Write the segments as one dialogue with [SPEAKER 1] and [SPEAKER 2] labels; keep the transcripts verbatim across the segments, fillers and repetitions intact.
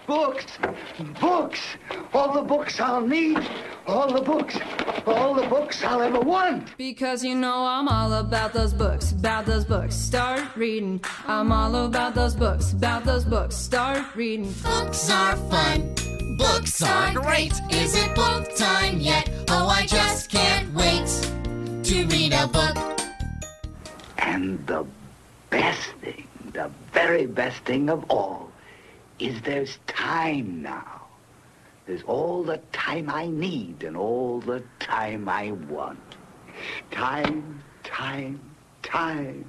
[SPEAKER 1] Books, books, all the books I'll need, all the books, all the books I'll ever want.
[SPEAKER 2] Because you know I'm all about those books, about those books, start reading. I'm all about those books, about those books, start reading.
[SPEAKER 3] Books are fun, books are great. Is it book time yet? Oh, I just can't wait to read a book.
[SPEAKER 1] And the best thing, the very best thing of all, is there's time now. There's all the time I need and all the time I want. Time, time, time.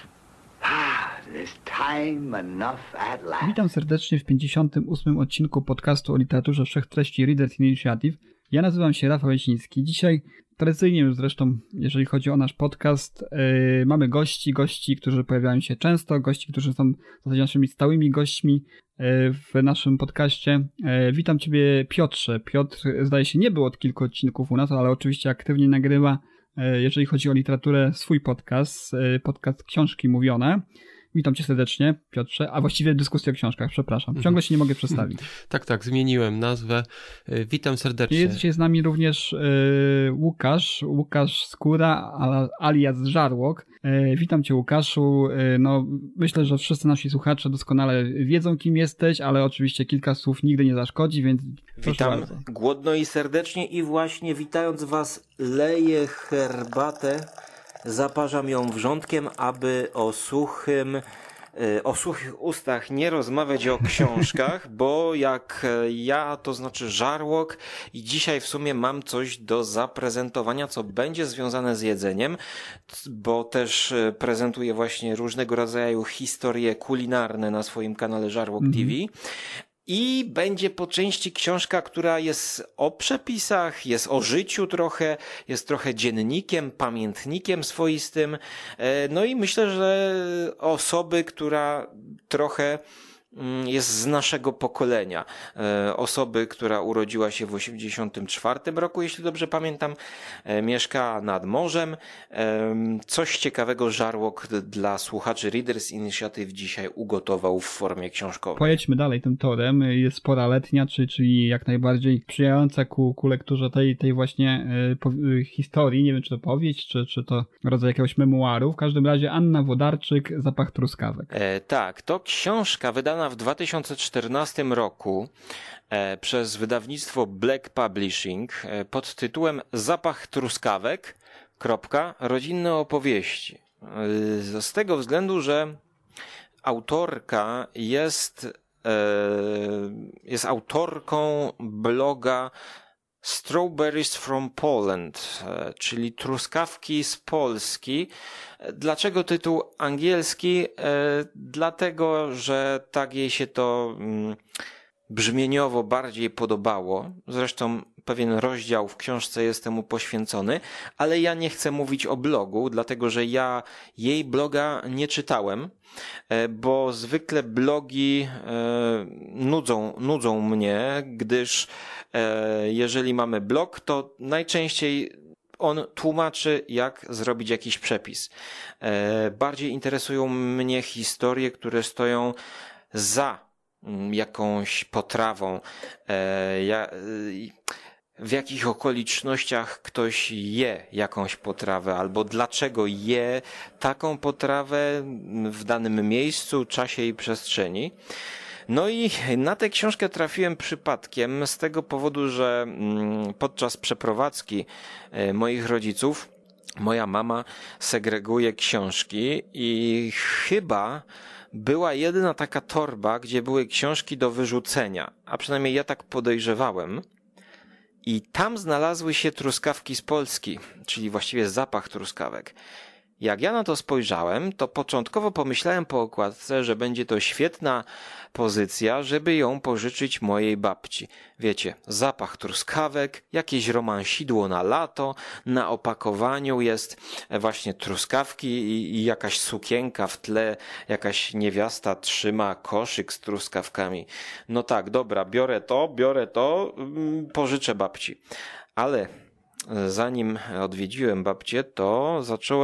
[SPEAKER 1] Ah, there's time enough at last.
[SPEAKER 4] Witam serdecznie w pięćdziesiątym ósmym odcinku podcastu o literaturze wszechtreści Readers Initiative. Ja nazywam się Rafał Jasiński. Dzisiaj tradycyjnie już zresztą, jeżeli chodzi o nasz podcast, yy, mamy gości, gości, którzy pojawiają się często, gości, którzy są w zasadzie naszymi stałymi gośćmi yy, w naszym podcaście. Yy, witam Ciebie, Piotrze. Piotr, zdaje się, nie był od kilku odcinków u nas, ale oczywiście aktywnie nagrywa, yy, jeżeli chodzi o literaturę, swój podcast, yy, podcast Książki Mówione. Witam Cię serdecznie, Piotrze, a właściwie dyskusja o książkach, przepraszam. Ciągle się nie mogę przedstawić.
[SPEAKER 5] Tak, tak, zmieniłem nazwę. Witam serdecznie.
[SPEAKER 4] Jest dzisiaj z nami również y, Łukasz, Łukasz Skóra alias Żarłok. Y, witam Cię, Łukaszu. Y, no, myślę, że wszyscy nasi słuchacze doskonale wiedzą, kim jesteś, ale oczywiście kilka słów nigdy nie zaszkodzi, więc
[SPEAKER 6] witam
[SPEAKER 4] bardzo.
[SPEAKER 6] Głodno i serdecznie i właśnie witając Was leję herbatę. Zaparzam ją wrzątkiem, aby o suchym, o suchych ustach nie rozmawiać o książkach, bo jak ja, to znaczy Żarłok, i dzisiaj w sumie mam coś do zaprezentowania, co będzie związane z jedzeniem, bo też prezentuję właśnie różnego rodzaju historie kulinarne na swoim kanale Żarłok mm. T V. I będzie po części książka, która jest o przepisach, jest o życiu trochę, jest trochę dziennikiem, pamiętnikiem swoistym. No i myślę, że osoby, która trochę jest z naszego pokolenia. Osoby, która urodziła się w osiemdziesiątym czwartym roku, jeśli dobrze pamiętam, mieszka nad morzem. Coś ciekawego Żarłok dla słuchaczy Readers Initiative dzisiaj ugotował w formie książkowej.
[SPEAKER 4] Pojedźmy dalej tym torem. Jest pora letnia, czyli, czyli jak najbardziej sprzyjająca ku, ku lekturze tej, tej właśnie y, po, y, historii. Nie wiem, czy to powieść, czy, czy to rodzaj jakiegoś memuaru. W każdym razie Anna Włodarczyk, Zapach truskawek.
[SPEAKER 6] E, tak, to książka wydana w dwa tysiące czternastym roku e, przez wydawnictwo Black Publishing e, pod tytułem Zapach truskawek, kropka, rodzinne opowieści. E, z tego względu, że autorka jest, e, jest autorką bloga Strawberries from Poland, czyli truskawki z Polski. Dlaczego tytuł angielski? Dlatego, że tak jej się to brzmieniowo bardziej podobało. Zresztą pewien rozdział w książce jest temu poświęcony, ale ja nie chcę mówić o blogu, dlatego że ja jej bloga nie czytałem, bo zwykle blogi nudzą, nudzą mnie, gdyż jeżeli mamy blog, to najczęściej on tłumaczy, jak zrobić jakiś przepis. Bardziej interesują mnie historie, które stoją za jakąś potrawą, w jakich okolicznościach ktoś je jakąś potrawę, albo dlaczego je taką potrawę w danym miejscu, czasie i przestrzeni. No i na tę książkę trafiłem przypadkiem z tego powodu, że podczas przeprowadzki moich rodziców moja mama segreguje książki i chyba była jedyna taka torba, gdzie były książki do wyrzucenia, a przynajmniej ja tak podejrzewałem. I tam znalazły się truskawki z Polski, czyli właściwie zapach truskawek. Jak ja na to spojrzałem, to początkowo pomyślałem po okładce, że będzie to świetna pozycja, żeby ją pożyczyć mojej babci. Wiecie, zapach truskawek, jakieś romansidło na lato, na opakowaniu jest właśnie truskawki i, i jakaś sukienka w tle, jakaś niewiasta trzyma koszyk z truskawkami. No tak, dobra, biorę to, biorę to, pożyczę babci. Ale zanim odwiedziłem babcię, to zacząłem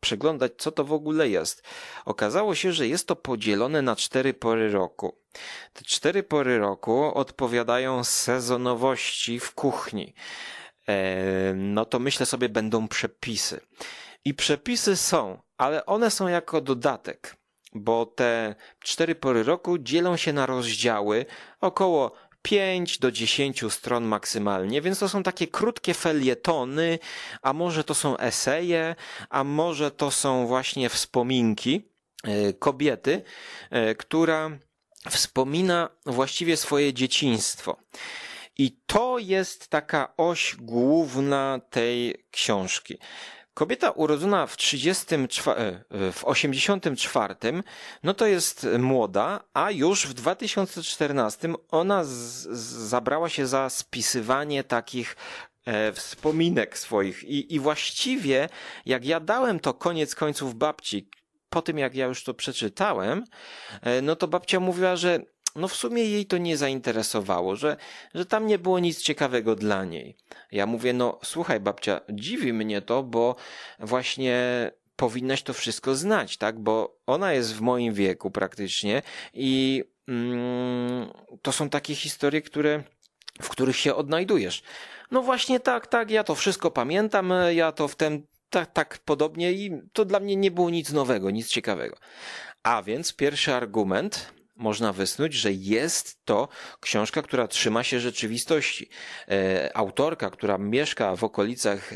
[SPEAKER 6] przeglądać, co to w ogóle jest. Okazało się, że jest to podzielone na cztery pory roku. Te cztery pory roku odpowiadają sezonowości w kuchni. E, no to myślę sobie, będą przepisy. I przepisy są, ale one są jako dodatek, bo te cztery pory roku dzielą się na rozdziały około pięć do dziesięciu stron maksymalnie, więc to są takie krótkie felietony, a może to są eseje, a może to są właśnie wspominki kobiety, która wspomina właściwie swoje dzieciństwo. I to jest taka oś główna tej książki. Kobieta urodzona w trzydziestym czwartym, w osiemdziesiątym czwartym, no to jest młoda, a już w dwa tysiące czternastym ona z, z, zabrała się za spisywanie takich e, wspominek swoich. I, I właściwie jak ja dałem to koniec końców babci, po tym jak ja już to przeczytałem, e, no to babcia mówiła, że no w sumie jej to nie zainteresowało, że, że tam nie było nic ciekawego dla niej. Ja mówię, no słuchaj babcia, dziwi mnie to, bo właśnie powinnaś to wszystko znać, tak? Bo ona jest w moim wieku praktycznie i mm, to są takie historie, które, w których się odnajdujesz. No właśnie tak, tak, ja to wszystko pamiętam, ja to w tym tak, tak podobnie i to dla mnie nie było nic nowego, nic ciekawego. A więc pierwszy argument można wysnuć, że jest to książka, która trzyma się rzeczywistości. E, autorka, która mieszka w okolicach e,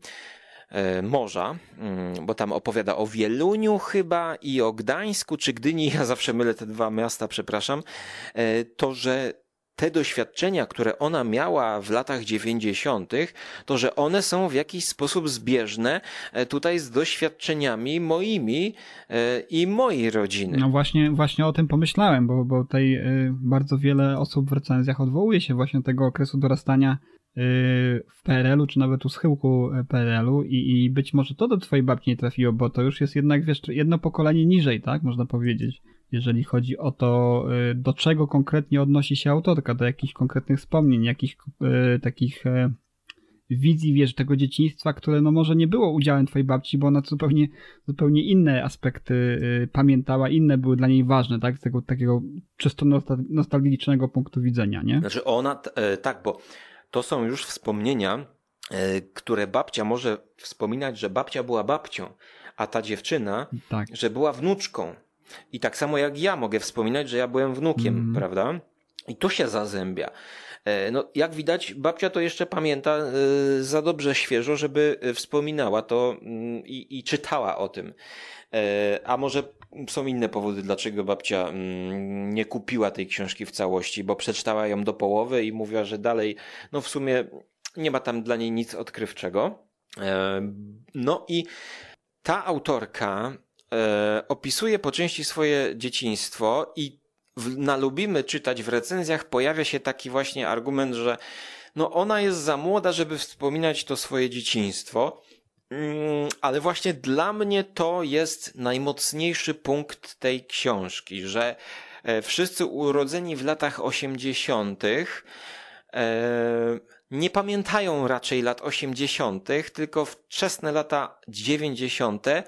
[SPEAKER 6] e, morza, m, bo tam opowiada o Wieluniu chyba i o Gdańsku czy Gdyni, ja zawsze mylę te dwa miasta, przepraszam, e, to, że te doświadczenia, które ona miała w latach dziewięćdziesiątych, to że one są w jakiś sposób zbieżne tutaj z doświadczeniami moimi i mojej rodziny.
[SPEAKER 4] No właśnie, właśnie o tym pomyślałem, bo, bo tutaj y, bardzo wiele osób w recenzjach odwołuje się właśnie do tego okresu dorastania y, w P R L u, czy nawet u schyłku P R L u i, i być może to do twojej babci nie trafiło, bo to już jest jednak, wiesz, jedno pokolenie niżej, tak, można powiedzieć. Jeżeli chodzi o to, do czego konkretnie odnosi się autorka, do jakichś konkretnych wspomnień, jakichś e, takich e, wizji, wiesz, tego dzieciństwa, które no może nie było udziałem twojej babci, bo ona zupełnie, zupełnie inne aspekty e, pamiętała, inne były dla niej ważne, tak, z tego takiego czysto nostalgicznego punktu widzenia, nie?
[SPEAKER 6] Znaczy ona, e, tak, bo to są już wspomnienia, e, które babcia może wspominać, że babcia była babcią, a ta dziewczyna, tak, że była wnuczką. I tak samo jak ja mogę wspominać, że ja byłem wnukiem, mm. prawda? I to się zazębia. No, jak widać, babcia to jeszcze pamięta za dobrze świeżo, żeby wspominała to i, i czytała o tym. A może są inne powody, dlaczego babcia nie kupiła tej książki w całości, bo przeczytała ją do połowy i mówiła, że dalej, no w sumie nie ma tam dla niej nic odkrywczego. No i ta autorka E, opisuje po części swoje dzieciństwo i w, na lubimy czytać w recenzjach pojawia się taki właśnie argument, że no ona jest za młoda, żeby wspominać to swoje dzieciństwo, mm, ale właśnie dla mnie to jest najmocniejszy punkt tej książki, że e, wszyscy urodzeni w latach osiemdziesiątych e, nie pamiętają raczej lat osiemdziesiątych, tylko wczesne lata dziewięćdziesiąte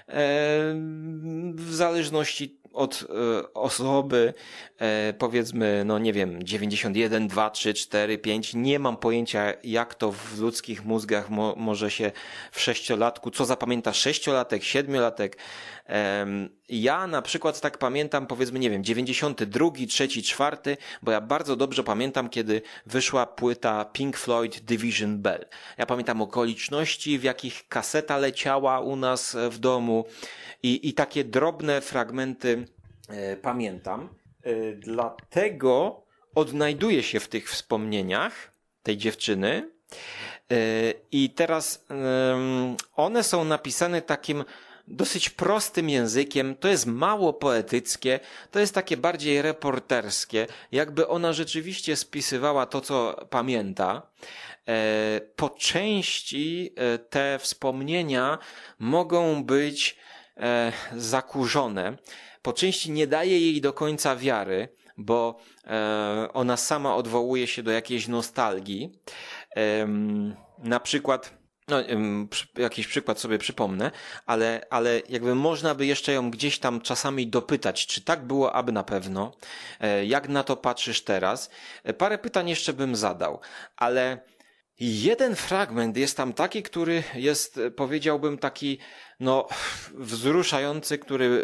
[SPEAKER 6] w zależności od osoby, powiedzmy, no nie wiem, dziewięćdziesiąt jeden, dwa, trzy, cztery, pięć, nie mam pojęcia jak to w ludzkich mózgach mo- może się w sześciolatku, co zapamięta sześciolatek, siedmiolatek. Ja na przykład tak pamiętam, powiedzmy, nie wiem, dziewięćdziesiąty drugi, trzeci, czwarty, bo ja bardzo dobrze pamiętam, kiedy wyszła płyta Pink Floyd Division Bell. Ja pamiętam okoliczności, w jakich kaseta leciała u nas w domu i, i takie drobne fragmenty e, pamiętam. E, dlatego odnajduję się w tych wspomnieniach tej dziewczyny e, i teraz e, one są napisane takim dosyć prostym językiem, to jest mało poetyckie, to jest takie bardziej reporterskie, jakby ona rzeczywiście spisywała to, co pamięta. Po części te wspomnienia mogą być zakurzone, po części nie daje jej do końca wiary, bo ona sama odwołuje się do jakiejś nostalgii. Na przykład No, jakiś przykład sobie przypomnę, ale, ale jakby można by jeszcze ją gdzieś tam czasami dopytać, czy tak było, aby na pewno, jak na to patrzysz teraz. Parę pytań jeszcze bym zadał, ale jeden fragment jest tam taki, który jest, powiedziałbym, taki, no, wzruszający, który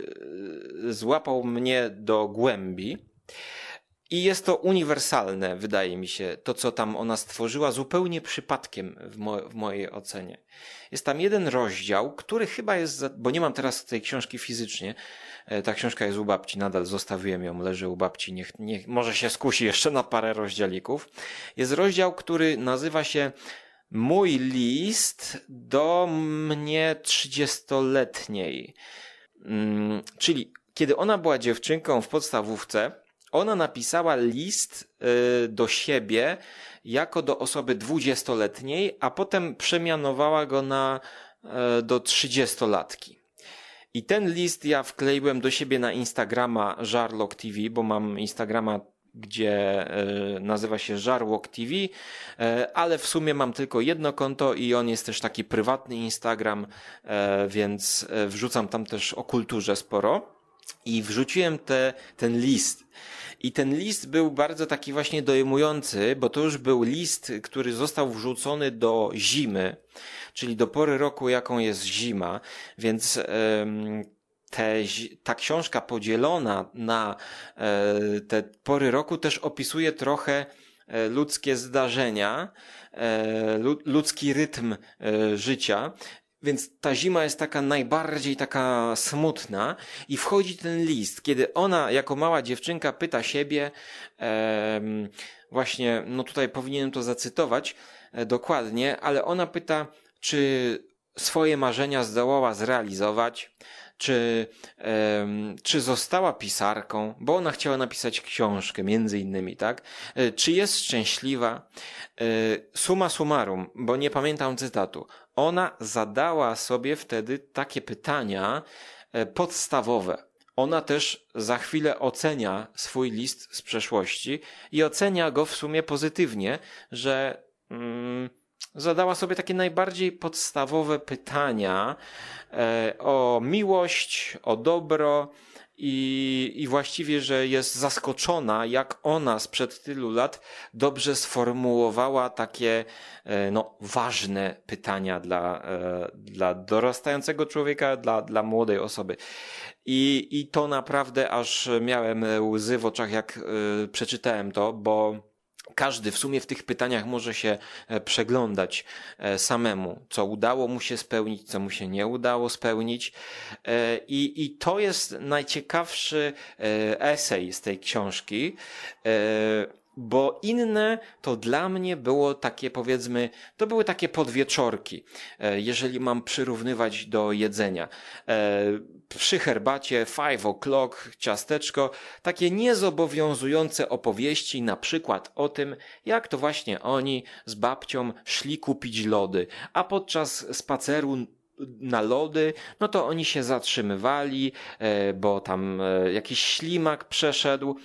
[SPEAKER 6] złapał mnie do głębi. I jest to uniwersalne, wydaje mi się, to co tam ona stworzyła zupełnie przypadkiem w, mo- w mojej ocenie. Jest tam jeden rozdział, który chyba jest, za... bo nie mam teraz tej książki fizycznie, ta książka jest u babci, nadal zostawiłem ją, leży u babci, niech, niech może się skusi jeszcze na parę rozdziałików. Jest rozdział, który nazywa się Mój list do mnie trzydziestoletniej. Hmm, czyli kiedy ona była dziewczynką w podstawówce, ona napisała list y, do siebie jako do osoby dwudziestoletniej, a potem przemianowała go na y, do trzydziestolatki. I ten list ja wkleiłem do siebie na Instagrama Żarłok T V, bo mam Instagrama, gdzie y, nazywa się Żarłok T V, y, ale w sumie mam tylko jedno konto i on jest też taki prywatny Instagram, y, więc y, wrzucam tam też o kulturze sporo. I wrzuciłem te, ten list. I ten list był bardzo taki właśnie dojmujący, bo to już był list, który został wrzucony do zimy, czyli do pory roku, jaką jest zima, więc um, te, ta książka podzielona na e, te pory roku też opisuje trochę e, ludzkie zdarzenia, e, lu, ludzki rytm e, życia. Więc ta zima jest taka najbardziej taka smutna i wchodzi ten list, kiedy ona jako mała dziewczynka pyta siebie, e, właśnie, no tutaj powinienem to zacytować e, dokładnie, ale ona pyta, czy swoje marzenia zdołała zrealizować, czy, e, czy została pisarką, bo ona chciała napisać książkę, między innymi, tak? E, czy jest szczęśliwa? E, summa summarum, bo nie pamiętam cytatu. Ona zadała sobie wtedy takie pytania e, podstawowe. Ona też za chwilę ocenia swój list z przeszłości i ocenia go w sumie pozytywnie, że mm, zadała sobie takie najbardziej podstawowe pytania e, o miłość, o dobro i, i właściwie, że jest zaskoczona, jak ona sprzed tylu lat dobrze sformułowała takie e, no, ważne pytania dla, e, dla dorastającego człowieka, dla, dla młodej osoby. I, i to naprawdę aż miałem łzy w oczach, jak e, przeczytałem to, bo każdy w sumie w tych pytaniach może się przeglądać samemu, co udało mu się spełnić, co mu się nie udało spełnić. I, i to jest najciekawszy esej z tej książki, bo inne to dla mnie było takie, powiedzmy, to były takie podwieczorki, jeżeli mam przyrównywać do jedzenia. Przy herbacie, five o'clock, ciasteczko, takie niezobowiązujące opowieści, na przykład o tym, jak to właśnie oni z babcią szli kupić lody, a podczas spaceru na lody, no to oni się zatrzymywali, bo tam jakiś ślimak przeszedł.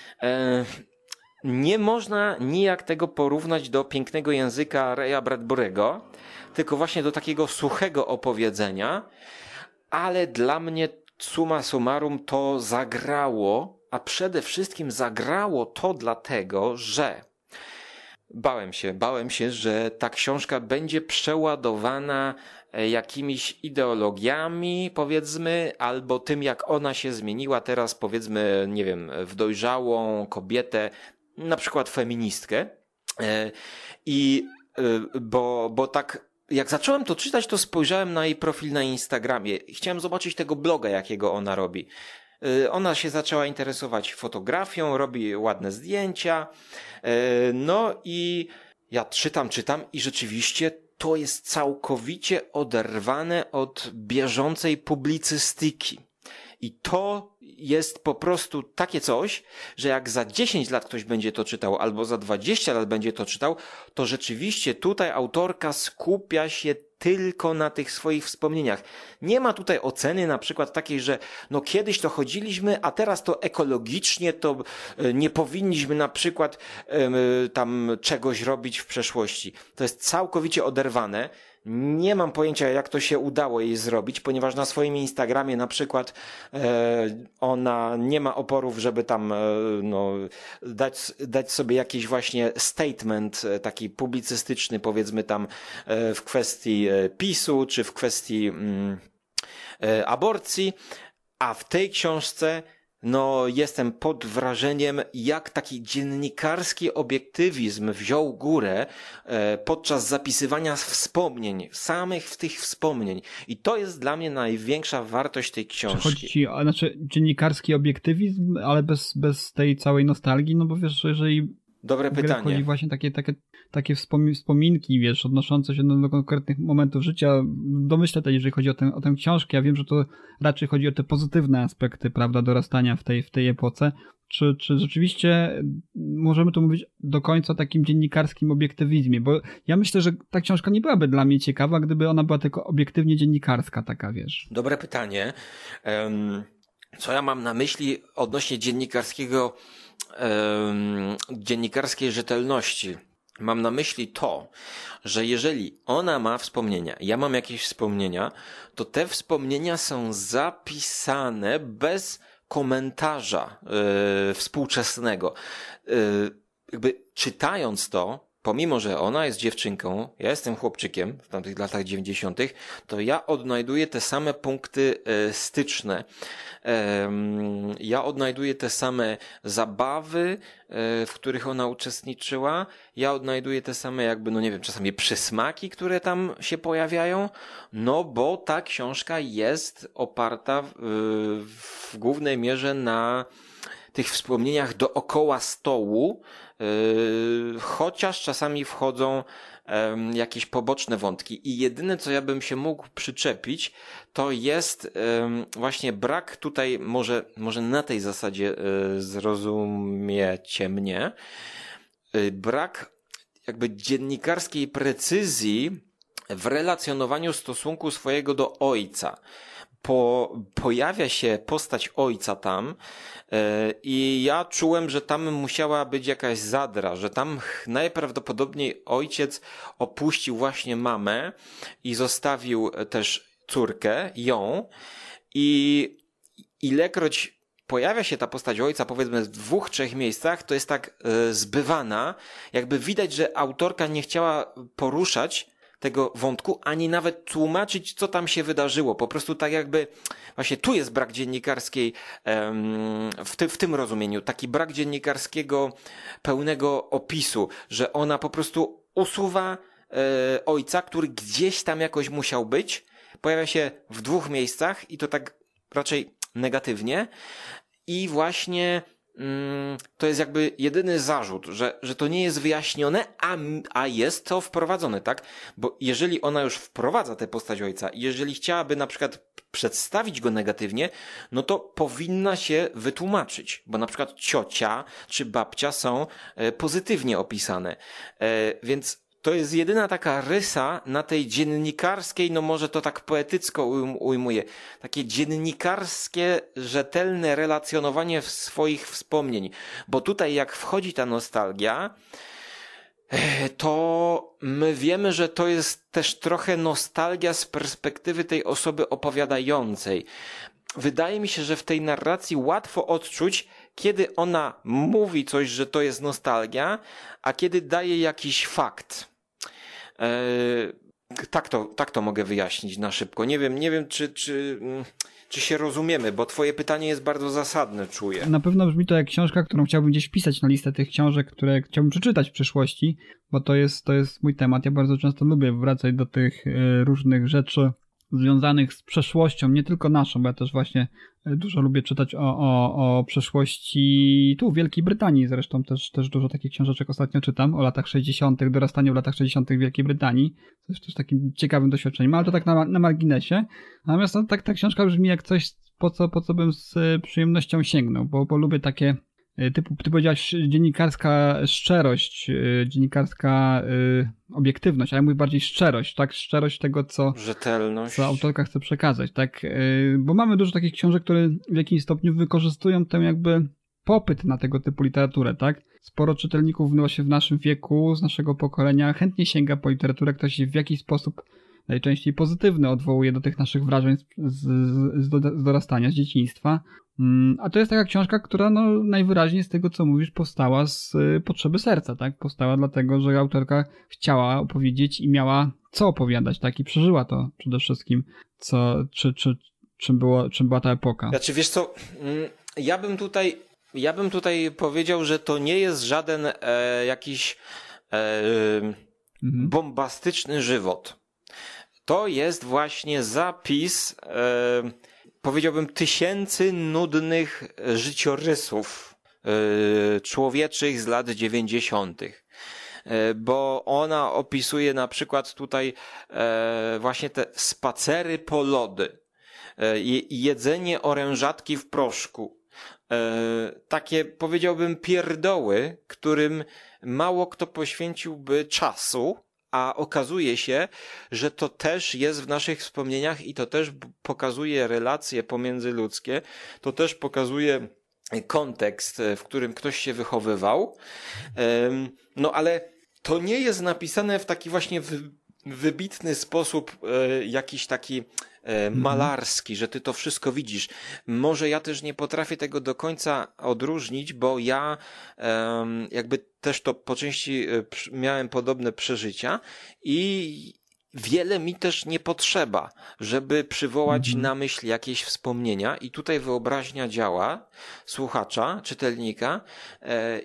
[SPEAKER 6] Nie można nijak tego porównać do pięknego języka Raya Bradbury'ego, tylko właśnie do takiego suchego opowiedzenia, ale dla mnie summa summarum to zagrało, a przede wszystkim zagrało to dlatego, że bałem się, bałem się, że ta książka będzie przeładowana jakimiś ideologiami, powiedzmy, albo tym, jak ona się zmieniła teraz, powiedzmy, nie wiem, w dojrzałą kobietę, na przykład feministkę. I bo, bo tak jak zacząłem to czytać, to spojrzałem na jej profil na Instagramie. Chciałem zobaczyć tego bloga, jakiego ona robi. Ona się zaczęła interesować fotografią, robi ładne zdjęcia. No i ja czytam, czytam i rzeczywiście to jest całkowicie oderwane od bieżącej publicystyki. I to jest po prostu takie coś, że jak za dziesięć lat ktoś będzie to czytał, albo za dwadzieścia lat będzie to czytał, to rzeczywiście tutaj autorka skupia się tylko na tych swoich wspomnieniach. Nie ma tutaj oceny na przykład takiej, że no kiedyś to chodziliśmy, a teraz to ekologicznie to nie powinniśmy na przykład tam czegoś robić w przeszłości. To jest całkowicie oderwane. Nie mam pojęcia, jak to się udało jej zrobić, ponieważ na swoim Instagramie na przykład e, ona nie ma oporów, żeby tam e, no, dać, dać sobie jakiś właśnie statement e, taki publicystyczny, powiedzmy tam e, w kwestii e, PiSu, czy w kwestii mm, e, aborcji, a w tej książce no jestem pod wrażeniem, jak taki dziennikarski obiektywizm wziął górę e, podczas zapisywania wspomnień, samych tych wspomnień. I to jest dla mnie największa wartość tej książki.
[SPEAKER 4] Chodzi ci o, znaczy dziennikarski obiektywizm, ale bez, bez tej całej nostalgii, no bo wiesz, jeżeli
[SPEAKER 6] Dobre pytanie.
[SPEAKER 4] Chodzi właśnie takie, takie, takie wspominki, wiesz, odnoszące się do, do konkretnych momentów życia. Domyślę też, jeżeli chodzi o tę, o tę książkę, ja wiem, że to raczej chodzi o te pozytywne aspekty, prawda, dorastania w tej, w tej epoce. Czy, czy rzeczywiście możemy tu mówić do końca o takim dziennikarskim obiektywizmie? Bo ja myślę, że ta książka nie byłaby dla mnie ciekawa, gdyby ona była tylko obiektywnie dziennikarska taka, wiesz.
[SPEAKER 6] Dobre pytanie. Um, co ja mam na myśli odnośnie dziennikarskiego dziennikarskiej rzetelności? Mam na myśli to, że jeżeli ona ma wspomnienia, ja mam jakieś wspomnienia, to te wspomnienia są zapisane bez komentarza yy, współczesnego. Yy, jakby czytając to, pomimo że ona jest dziewczynką, ja jestem chłopczykiem w tamtych latach dziewięćdziesiątych, to ja odnajduję te same punkty e, styczne. E, ja odnajduję te same zabawy, e, w których ona uczestniczyła. Ja odnajduję te same jakby, no nie wiem, czasami przysmaki, które tam się pojawiają. No bo ta książka jest oparta w, w głównej mierze na tych wspomnieniach dookoła stołu, Yy, chociaż czasami wchodzą um, jakieś poboczne wątki i jedyne, co ja bym się mógł przyczepić, to jest um, właśnie brak tutaj, może, może na tej zasadzie yy, zrozumiecie mnie, yy, brak jakby dziennikarskiej precyzji w relacjonowaniu stosunku swojego do ojca. Po, pojawia się postać ojca tam yy, i ja czułem, że tam musiała być jakaś zadra, że tam najprawdopodobniej ojciec opuścił właśnie mamę i zostawił też córkę, ją, i ilekroć pojawia się ta postać ojca, powiedzmy w dwóch, trzech miejscach, to jest tak yy, zbywana, jakby widać, że autorka nie chciała poruszać tego wątku, ani nawet tłumaczyć, co tam się wydarzyło. Po prostu tak jakby, właśnie tu jest brak dziennikarskiej, um, w, ty, w tym rozumieniu, taki brak dziennikarskiego pełnego opisu, że ona po prostu usuwa e, ojca, który gdzieś tam jakoś musiał być, pojawia się w dwóch miejscach i to tak raczej negatywnie i właśnie to jest jakby jedyny zarzut, że, że to nie jest wyjaśnione, a, a jest to wprowadzone, tak? Bo jeżeli ona już wprowadza tę postać ojca, jeżeli chciałaby na przykład przedstawić go negatywnie, no to powinna się wytłumaczyć, bo na przykład ciocia czy babcia są pozytywnie opisane, więc to jest jedyna taka rysa na tej dziennikarskiej, no może to tak poetycko ujmuję, takie dziennikarskie, rzetelne relacjonowanie swoich wspomnień. Bo tutaj jak wchodzi ta nostalgia, to my wiemy, że to jest też trochę nostalgia z perspektywy tej osoby opowiadającej. Wydaje mi się, że w tej narracji łatwo odczuć, kiedy ona mówi coś, że to jest nostalgia, a kiedy daje jakiś fakt. Eee, tak to, tak to mogę wyjaśnić na szybko. Nie wiem, nie wiem, czy, czy, czy się rozumiemy, bo twoje pytanie jest bardzo zasadne, czuję.
[SPEAKER 4] Na pewno brzmi to jak książka, którą chciałbym gdzieś wpisać na listę tych książek, które chciałbym przeczytać w przyszłości, bo to jest, to jest mój temat. Ja bardzo często lubię wracać do tych e, różnych rzeczy związanych z przeszłością, nie tylko naszą, bo ja też właśnie dużo lubię czytać o, o, o przeszłości tu w Wielkiej Brytanii, zresztą też, też dużo takich książeczek ostatnio czytam o latach sześćdziesiątych, dorastaniu w latach sześćdziesiątych w Wielkiej Brytanii, co jest też takim ciekawym doświadczeniem, ale to tak na, na marginesie. Natomiast no, tak ta książka brzmi jak coś, po co, po co bym z przyjemnością sięgnął, bo, bo lubię takie typu, ty powiedziałaś dziennikarska szczerość, dziennikarska y, obiektywność, ale ja mówię bardziej szczerość, tak? Szczerość tego, co,
[SPEAKER 6] rzetelność,
[SPEAKER 4] co autorka chce przekazać, tak? Y, bo mamy dużo takich książek, które w jakimś stopniu wykorzystują ten jakby popyt na tego typu literaturę, tak? Sporo czytelników właśnie w naszym wieku, z naszego pokolenia chętnie sięga po literaturę, ktoś w jakiś sposób najczęściej pozytywny, odwołuje do tych naszych wrażeń z, z, z dorastania, z dzieciństwa. A to jest taka książka, która no najwyraźniej z tego, co mówisz, powstała z potrzeby serca, tak? Powstała dlatego, że autorka chciała opowiedzieć i miała co opowiadać, tak? I przeżyła to przede wszystkim, co, czy, czy, czym, było, czym była ta epoka.
[SPEAKER 6] Znaczy, wiesz co, ja bym tutaj, ja bym tutaj powiedział, że to nie jest żaden e, jakiś e, mhm. bombastyczny żywot. To jest właśnie zapis, e, powiedziałbym, tysięcy nudnych życiorysów e, człowieczych z lat dziewięćdziesiątych. E, bo ona opisuje na przykład tutaj e, właśnie te spacery po lody, e, jedzenie orężatki w proszku. E, takie, powiedziałbym, pierdoły, którym mało kto poświęciłby czasu, a okazuje się, że to też jest w naszych wspomnieniach i to też pokazuje relacje pomiędzyludzkie, to też pokazuje kontekst, w którym ktoś się wychowywał. No ale to nie jest napisane w taki właśnie wybitny sposób, jakiś taki malarski, że ty to wszystko widzisz. Może ja też nie potrafię tego do końca odróżnić, bo ja um, jakby też to po części miałem podobne przeżycia i wiele mi też nie potrzeba, żeby przywołać mm-hmm. na myśl jakieś wspomnienia i tutaj wyobraźnia działa słuchacza, czytelnika e,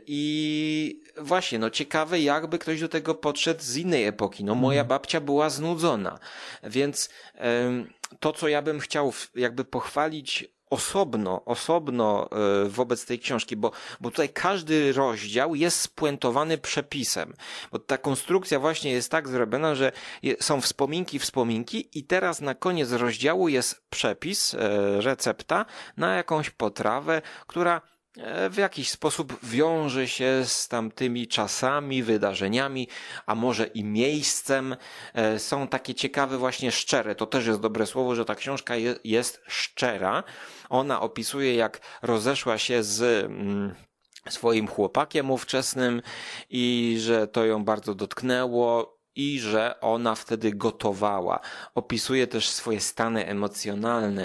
[SPEAKER 6] i właśnie, no ciekawe jakby ktoś do tego podszedł z innej epoki. No moja mm. babcia była znudzona, więc e, to, co ja bym chciał jakby pochwalić osobno, osobno wobec tej książki, bo, bo tutaj każdy rozdział jest spuentowany przepisem, bo ta konstrukcja właśnie jest tak zrobiona, że są wspominki, wspominki i teraz na koniec rozdziału jest przepis, recepta na jakąś potrawę, która w jakiś sposób wiąże się z tamtymi czasami, wydarzeniami, a może i miejscem. Są takie ciekawe właśnie szczere. To też jest dobre słowo, że ta książka je, jest szczera. Ona opisuje, jak rozeszła się z mm, swoim chłopakiem ówczesnym i że to ją bardzo dotknęło i że ona wtedy gotowała. Opisuje też swoje stany emocjonalne.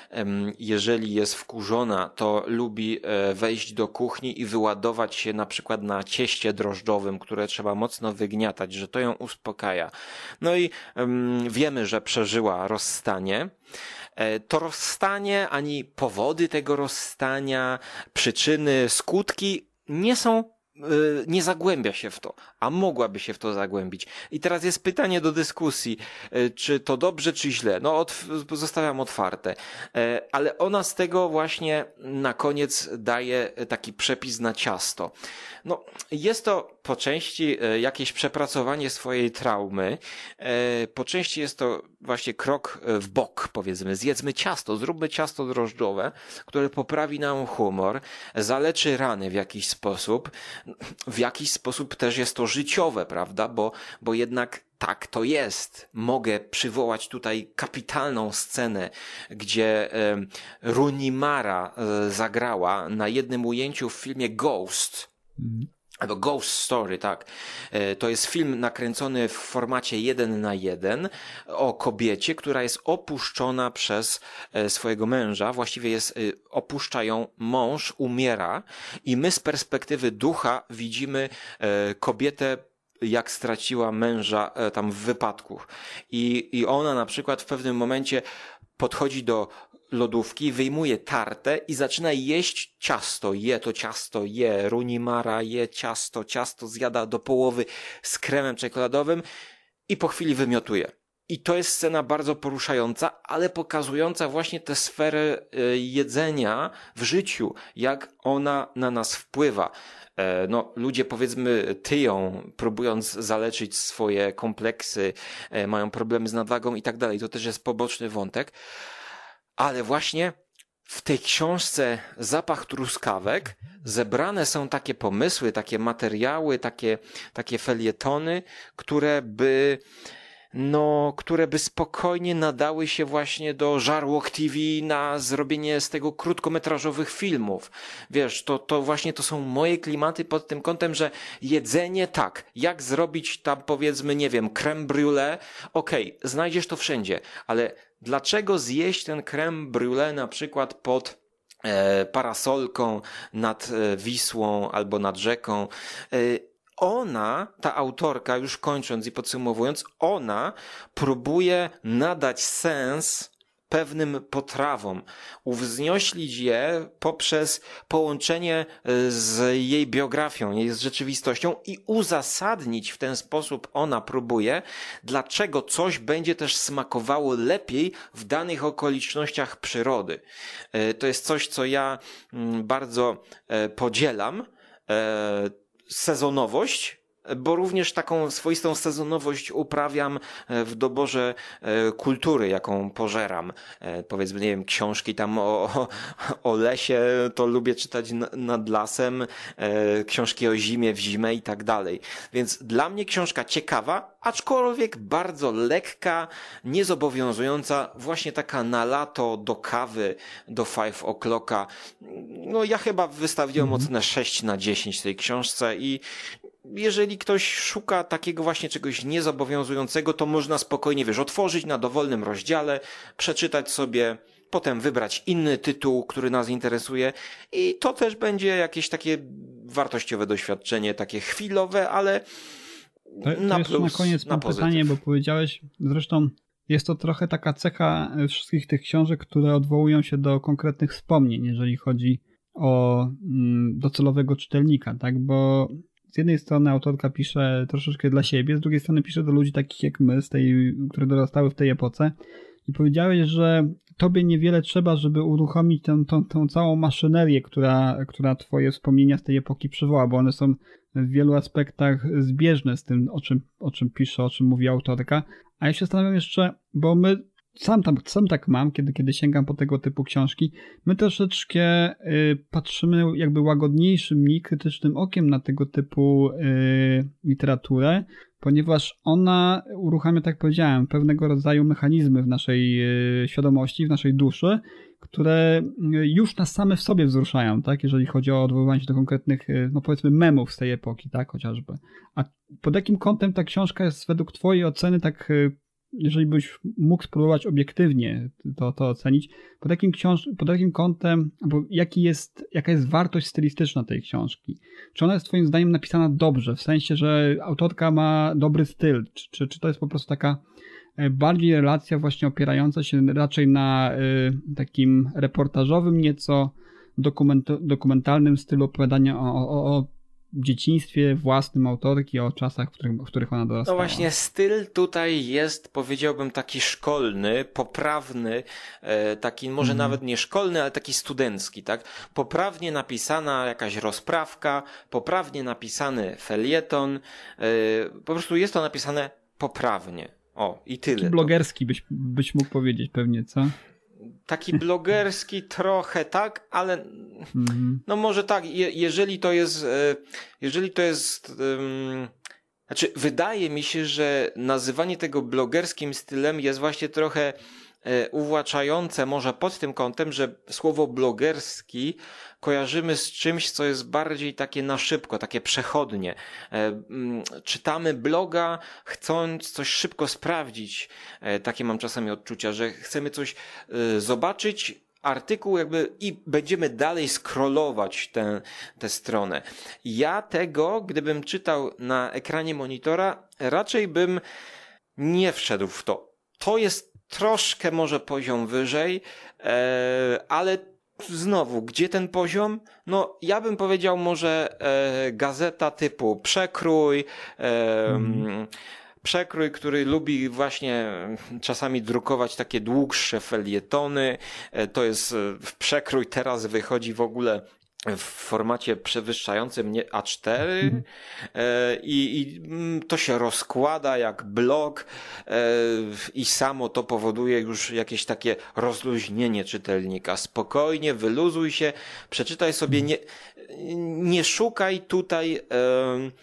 [SPEAKER 6] Jeżeli jest wkurzona, to lubi wejść do kuchni i wyładować się na przykład na cieście drożdżowym, które trzeba mocno wygniatać, że to ją uspokaja. No i um, wiemy, że przeżyła rozstanie. To rozstanie, ani powody tego rozstania, przyczyny, skutki nie są nie zagłębia się w to, a mogłaby się w to zagłębić. I teraz jest pytanie do dyskusji, czy to dobrze, czy źle. No, otw- zostawiam otwarte. Ale ona z tego właśnie na koniec daje taki przepis na ciasto. No, jest to po części jakieś przepracowanie swojej traumy, po części jest to właśnie krok w bok, powiedzmy. Zjedzmy ciasto, zróbmy ciasto drożdżowe, które poprawi nam humor, zaleczy rany w jakiś sposób. W jakiś sposób też jest to życiowe, prawda? Bo, bo jednak tak to jest. Mogę przywołać tutaj kapitalną scenę, gdzie e, Rooney Mara e, zagrała na jednym ujęciu w filmie Ghost. Mhm. Albo Ghost Story, tak. To jest film nakręcony w formacie jeden na jeden o kobiecie, która jest opuszczona przez swojego męża. Właściwie jest, opuszcza ją mąż, umiera i my z perspektywy ducha widzimy kobietę, jak straciła męża tam w wypadku. I, i ona na przykład w pewnym momencie podchodzi do lodówki, wyjmuje tartę i zaczyna jeść ciasto. Je to ciasto, je. Rooney Mara je ciasto, ciasto zjada do połowy z kremem czekoladowym i po chwili wymiotuje. I to jest scena bardzo poruszająca, ale pokazująca właśnie tę sferę jedzenia w życiu, jak ona na nas wpływa. No, ludzie, powiedzmy, tyją, próbując zaleczyć swoje kompleksy, mają problemy z nadwagą i tak dalej. To też jest poboczny wątek. Ale właśnie w tej książce Zapach truskawek zebrane są takie pomysły, takie materiały, takie, takie felietony, które by no, które by spokojnie nadały się właśnie do Żarłok T V na zrobienie z tego krótkometrażowych filmów. Wiesz, to, to właśnie to są moje klimaty pod tym kątem, że jedzenie tak, jak zrobić tam powiedzmy, nie wiem, creme brulee, okej, okay, znajdziesz to wszędzie, ale dlaczego zjeść ten creme brulee na przykład pod e, parasolką nad e, Wisłą albo nad rzeką? E, Ona, ta autorka, już kończąc i podsumowując, ona próbuje nadać sens pewnym potrawom, uwznioślić je poprzez połączenie z jej biografią, z rzeczywistością i uzasadnić w ten sposób ona próbuje, dlaczego coś będzie też smakowało lepiej w danych okolicznościach przyrody. To jest coś, co ja bardzo podzielam. Sezonowość, bo również taką swoistą sezonowość uprawiam w doborze kultury, jaką pożeram. Powiedzmy, nie wiem, książki tam o, o lesie, to lubię czytać nad lasem, książki o zimie w zimę i tak dalej. Więc dla mnie książka ciekawa, aczkolwiek bardzo lekka, niezobowiązująca, właśnie taka na lato, do kawy, do five o'clocka. No ja chyba wystawiłem mm. ocenę sześć na dziesięć tej książce i jeżeli ktoś szuka takiego właśnie czegoś niezobowiązującego, to można spokojnie, wiesz, otworzyć na dowolnym rozdziale, przeczytać sobie, potem wybrać inny tytuł, który nas interesuje i to też będzie jakieś takie wartościowe doświadczenie, takie chwilowe, ale
[SPEAKER 4] to,
[SPEAKER 6] na
[SPEAKER 4] to
[SPEAKER 6] plus,
[SPEAKER 4] na koniec
[SPEAKER 6] na
[SPEAKER 4] mam
[SPEAKER 6] pozytyw.
[SPEAKER 4] pytanie, bo powiedziałeś, zresztą jest to trochę taka cecha wszystkich tych książek, które odwołują się do konkretnych wspomnień, jeżeli chodzi o mm, docelowego czytelnika, tak, bo z jednej strony autorka pisze troszeczkę dla siebie, z drugiej strony pisze do ludzi takich jak my, z tej, które dorastały w tej epoce. I powiedziałeś, że tobie niewiele trzeba, żeby uruchomić tę, tą, tą całą maszynerię, która, która twoje wspomnienia z tej epoki przywoła, bo one są w wielu aspektach zbieżne z tym, o czym, o czym pisze, o czym mówi autorka. A ja się zastanawiam jeszcze, bo my Sam, tam, sam tak mam, kiedy, kiedy sięgam po tego typu książki. My troszeczkę y, patrzymy jakby łagodniejszym, mniej krytycznym okiem na tego typu y, literaturę, ponieważ ona uruchamia, tak jak powiedziałem, pewnego rodzaju mechanizmy w naszej y, świadomości, w naszej duszy, które już nas same w sobie wzruszają, tak? Jeżeli chodzi o odwoływanie się do konkretnych, no powiedzmy, memów z tej epoki, tak? Chociażby. A pod jakim kątem ta książka jest według twojej oceny tak... Jeżeli byś mógł spróbować obiektywnie to, to ocenić, pod jakim, książ- pod jakim kątem, albo jaki jest, jaka jest wartość stylistyczna tej książki? Czy ona jest twoim zdaniem napisana dobrze, w sensie, że autorka ma dobry styl, czy, czy, czy to jest po prostu taka bardziej relacja właśnie opierająca się raczej na y, takim reportażowym, nieco dokument- dokumentalnym stylu opowiadania o, o, o dzieciństwie własnym autorki, o czasach, w których, w których ona dorastała.
[SPEAKER 6] No właśnie, styl tutaj jest, powiedziałbym, taki szkolny, poprawny, taki może mm. nawet nie szkolny, ale taki studencki, tak? Poprawnie napisana jakaś rozprawka, poprawnie napisany felieton, po prostu jest to napisane poprawnie. O, i tyle.
[SPEAKER 4] Taki blogerski byś, byś mógł powiedzieć pewnie, co?
[SPEAKER 6] Taki blogerski trochę, tak, ale mm-hmm. no może tak, je, jeżeli to jest, jeżeli to jest, um, znaczy wydaje mi się, że nazywanie tego blogerskim stylem jest właśnie trochę e, uwłaczające, może pod tym kątem, że słowo blogerski kojarzymy z czymś, co jest bardziej takie na szybko, takie przechodnie. E, m, czytamy bloga, chcąc coś szybko sprawdzić. E, takie mam czasami odczucia, że chcemy coś e, zobaczyć, artykuł jakby i będziemy dalej scrollować tę, tę stronę. Ja tego, gdybym czytał na ekranie monitora, raczej bym nie wszedł w to. To jest troszkę może poziom wyżej, e, ale znowu, gdzie ten poziom? No, ja bym powiedział może e, gazeta typu Przekrój, e, mm. Przekrój, który lubi właśnie czasami drukować takie dłuższe felietony. E, to jest w Przekrój teraz wychodzi w ogóle w formacie przewyższającym A cztery mm. e, i, i to się rozkłada jak blok e, i samo to powoduje już jakieś takie rozluźnienie czytelnika. Spokojnie, wyluzuj się, przeczytaj sobie, nie, nie szukaj tutaj e,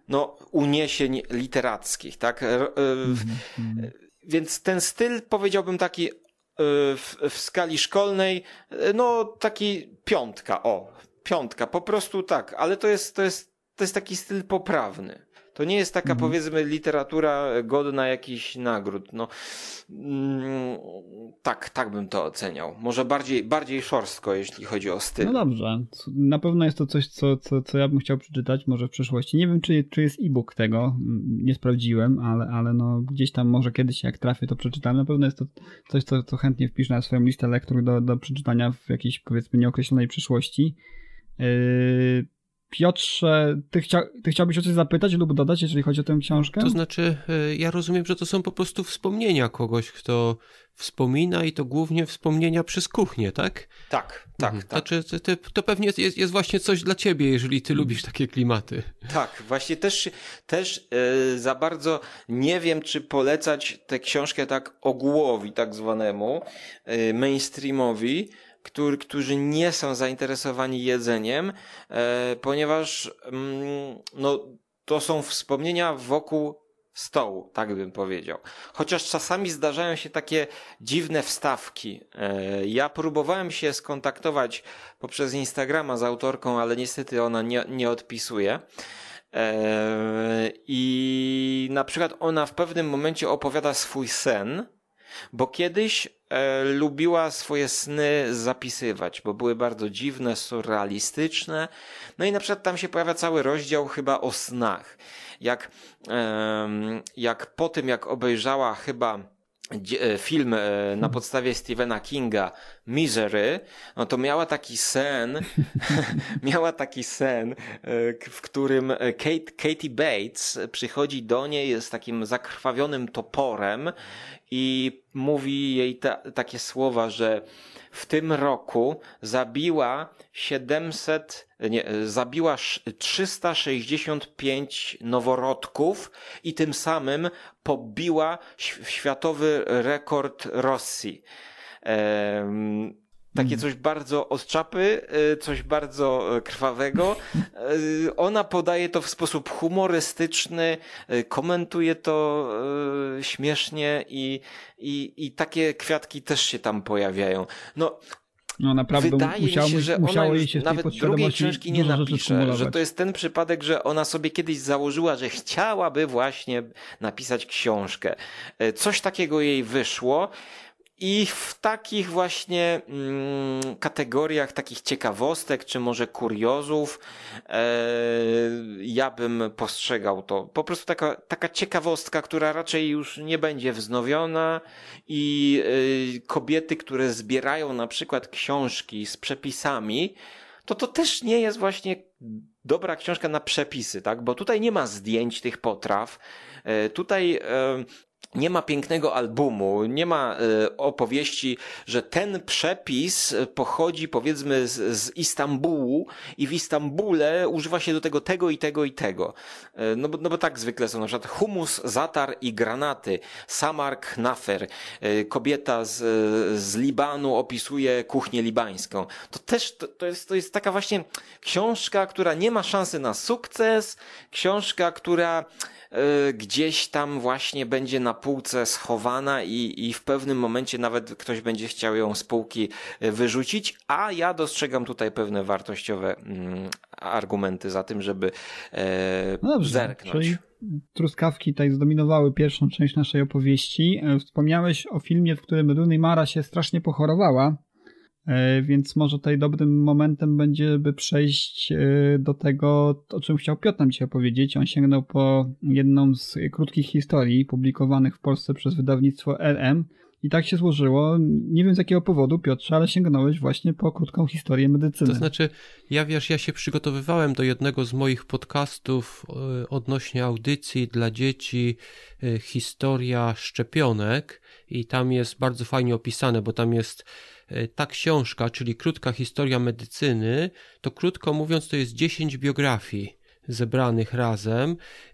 [SPEAKER 6] no, uniesień literackich, tak? Mm-hmm. Więc ten styl, powiedziałbym taki w, w skali szkolnej, no taki piątka, o, piątka, po prostu tak, ale to jest, to jest, to jest taki styl poprawny. To nie jest taka, mhm. powiedzmy, literatura godna jakichś nagród. No, mm, tak, tak bym to oceniał. Może bardziej, bardziej szorstko, jeśli chodzi o styl.
[SPEAKER 4] No dobrze. Na pewno jest to coś, co, co, co ja bym chciał przeczytać, może w przyszłości. Nie wiem, czy, czy jest e-book tego. Nie sprawdziłem, ale, ale no gdzieś tam może kiedyś, jak trafię, to przeczytam. Na pewno jest to coś, co, co chętnie wpiszę na swoją listę lektur do, do przeczytania w jakiejś, powiedzmy, nieokreślonej przyszłości. Yy... Piotrze, ty, chcia, ty chciałbyś o coś zapytać lub dodać, jeżeli chodzi o tę książkę?
[SPEAKER 5] To znaczy, ja rozumiem, że to są po prostu wspomnienia kogoś, kto wspomina i to głównie wspomnienia przez kuchnię, tak?
[SPEAKER 6] Tak, tak,
[SPEAKER 5] mhm.
[SPEAKER 6] tak.
[SPEAKER 5] Znaczy, ty, to pewnie jest, jest właśnie coś dla ciebie, jeżeli ty lubisz takie klimaty. Tak,
[SPEAKER 6] właśnie też, też yy, za bardzo nie wiem, czy polecać tę książkę tak ogółowi, tak zwanemu, yy, mainstreamowi, Który, którzy nie są zainteresowani jedzeniem, e, ponieważ mm, no, to są wspomnienia wokół stołu, tak bym powiedział. Chociaż czasami zdarzają się takie dziwne wstawki. E, ja próbowałem się skontaktować poprzez Instagrama z autorką, ale niestety ona nie, nie odpisuje. E, I na przykład ona w pewnym momencie opowiada swój sen, bo kiedyś e, lubiła swoje sny zapisywać, bo były bardzo dziwne, surrealistyczne. No i na przykład tam się pojawia cały rozdział chyba o snach. Jak, e, jak po tym, jak obejrzała chyba film na podstawie Stephena Kinga Misery, no to miała taki sen, miała taki sen, w którym Kate, Katie Bates przychodzi do niej z takim zakrwawionym toporem i mówi jej ta, takie słowa, że w tym roku zabiła siedemset, nie, zabiła trzysta sześćdziesiąt pięć noworodków i tym samym pobiła światowy rekord Rosji. Ehm, takie coś bardzo od czapy, coś bardzo krwawego. Ona podaje to w sposób humorystyczny, komentuje to śmiesznie i, i, i takie kwiatki też się tam pojawiają. No,
[SPEAKER 4] No naprawdę
[SPEAKER 6] wydaje
[SPEAKER 4] musiało,
[SPEAKER 6] mi się, że
[SPEAKER 4] musiało
[SPEAKER 6] ona
[SPEAKER 4] jej się
[SPEAKER 6] już nawet drugiej książki nie napisze, że to jest ten przypadek, że ona sobie kiedyś założyła, że chciałaby właśnie napisać książkę. Coś takiego jej wyszło. I w takich właśnie mm, kategoriach, takich ciekawostek, czy może kuriozów, e, ja bym postrzegał to. Po prostu taka, taka ciekawostka, która raczej już nie będzie wznowiona i e, kobiety, które zbierają na przykład książki z przepisami, to to też nie jest właśnie dobra książka na przepisy, tak? Bo tutaj nie ma zdjęć tych potraw, e, tutaj... E, nie ma pięknego albumu, nie ma y, opowieści, że ten przepis pochodzi powiedzmy z, z Istambułu i w Istambule używa się do tego tego i tego i tego. Y, no, bo, no bo tak zwykle są na przykład humus, zatar i granaty, Samar Knafer, y, kobieta z, z Libanu opisuje kuchnię libańską. To też to, to, jest, to jest taka właśnie książka, która nie ma szansy na sukces, książka, która gdzieś tam właśnie będzie na półce schowana i, i w pewnym momencie nawet ktoś będzie chciał ją z półki wyrzucić, a ja dostrzegam tutaj pewne wartościowe mm, argumenty za tym, żeby e, no dobrze, zerknąć.
[SPEAKER 4] Czyli truskawki tutaj zdominowały pierwszą część naszej opowieści. Wspomniałeś o filmie, w którym Rooney Mara się strasznie pochorowała, więc może tutaj dobrym momentem będzie, by przejść do tego, o czym chciał Piotr nam dzisiaj opowiedzieć. On sięgnął po jedną z krótkich historii publikowanych w Polsce przez wydawnictwo L M i tak się złożyło. Nie wiem z jakiego powodu, Piotrze, ale sięgnąłeś właśnie po krótką historię medycyny.
[SPEAKER 5] To znaczy, ja wiesz, ja się przygotowywałem do jednego z moich podcastów odnośnie audycji dla dzieci, historia szczepionek i tam jest bardzo fajnie opisane, bo tam jest ta książka, czyli krótka historia medycyny, to krótko mówiąc to jest dziesięć biografii zebranych razem.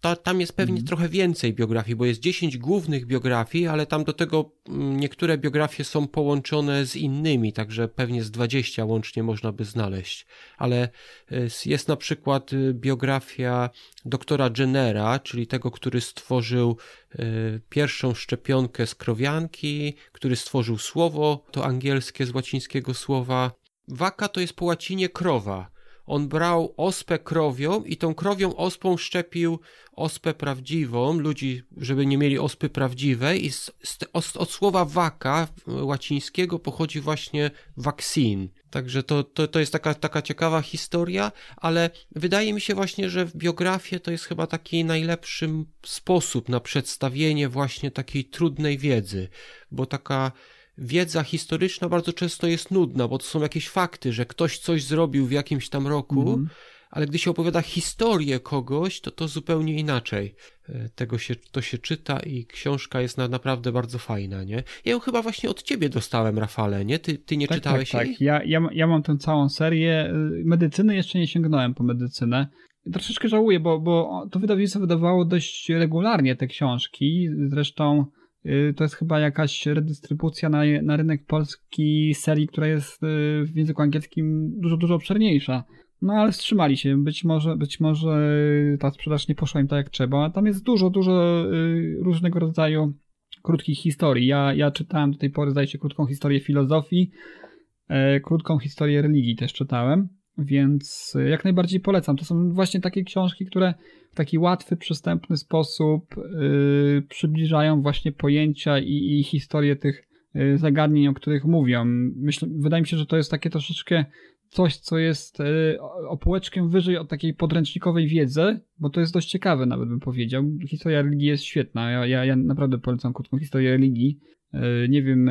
[SPEAKER 5] to, tam jest pewnie mm. trochę więcej biografii, bo jest dziesięć głównych biografii, ale tam do tego niektóre biografie są połączone z innymi, także pewnie z dwadzieścia łącznie można by znaleźć. Ale jest na przykład biografia doktora Jennera, czyli tego, który stworzył pierwszą szczepionkę z krowianki, który stworzył słowo, to angielskie z łacińskiego słowa. Waka to jest po łacinie krowa. On brał ospę krowią i tą krowią ospą szczepił ospę prawdziwą, ludzi, żeby nie mieli ospy prawdziwej, i z, z, od słowa waka łacińskiego pochodzi właśnie vaccine. Także to, to, to jest taka, taka ciekawa historia, ale wydaje mi się właśnie, że w biografię to jest chyba taki najlepszy sposób na przedstawienie właśnie takiej trudnej wiedzy, bo taka wiedza historyczna bardzo często jest nudna, bo to są jakieś fakty, że ktoś coś zrobił w jakimś tam roku, mm. ale gdy się opowiada historię kogoś, to to zupełnie inaczej. Tego się, to się czyta i książka jest na, naprawdę bardzo fajna, nie? Ja ją chyba właśnie od ciebie dostałem, Rafale, nie? Ty, ty nie
[SPEAKER 4] tak,
[SPEAKER 5] czytałeś
[SPEAKER 4] tak,
[SPEAKER 5] jej?
[SPEAKER 4] Tak, ja, ja, ja mam tę całą serię. Medycyny jeszcze nie sięgnąłem po medycynę. Troszeczkę żałuję, bo, bo to wydawnictwo wydawało dość regularnie te książki. Zresztą to jest chyba jakaś redystrybucja na, na rynek polski serii, która jest w języku angielskim dużo, dużo obszerniejsza. No ale wstrzymali się. Być może, być może ta sprzedaż nie poszła im tak jak trzeba. Tam jest dużo, dużo różnego rodzaju krótkich historii. Ja, ja czytałem do tej pory, zdaje się, krótką historię filozofii, krótką historię religii też czytałem, więc jak najbardziej polecam. To są właśnie takie książki, które w taki łatwy, przystępny sposób yy, przybliżają właśnie pojęcia i, i historię tych yy, zagadnień, o których mówią. Myślę, wydaje mi się, że to jest takie troszeczkę coś, co jest yy, o półeczkę wyżej od takiej podręcznikowej wiedzy, bo to jest dość ciekawe, nawet bym powiedział. Historia religii jest świetna. Ja, ja, ja naprawdę polecam krótką historię religii. Nie wiem,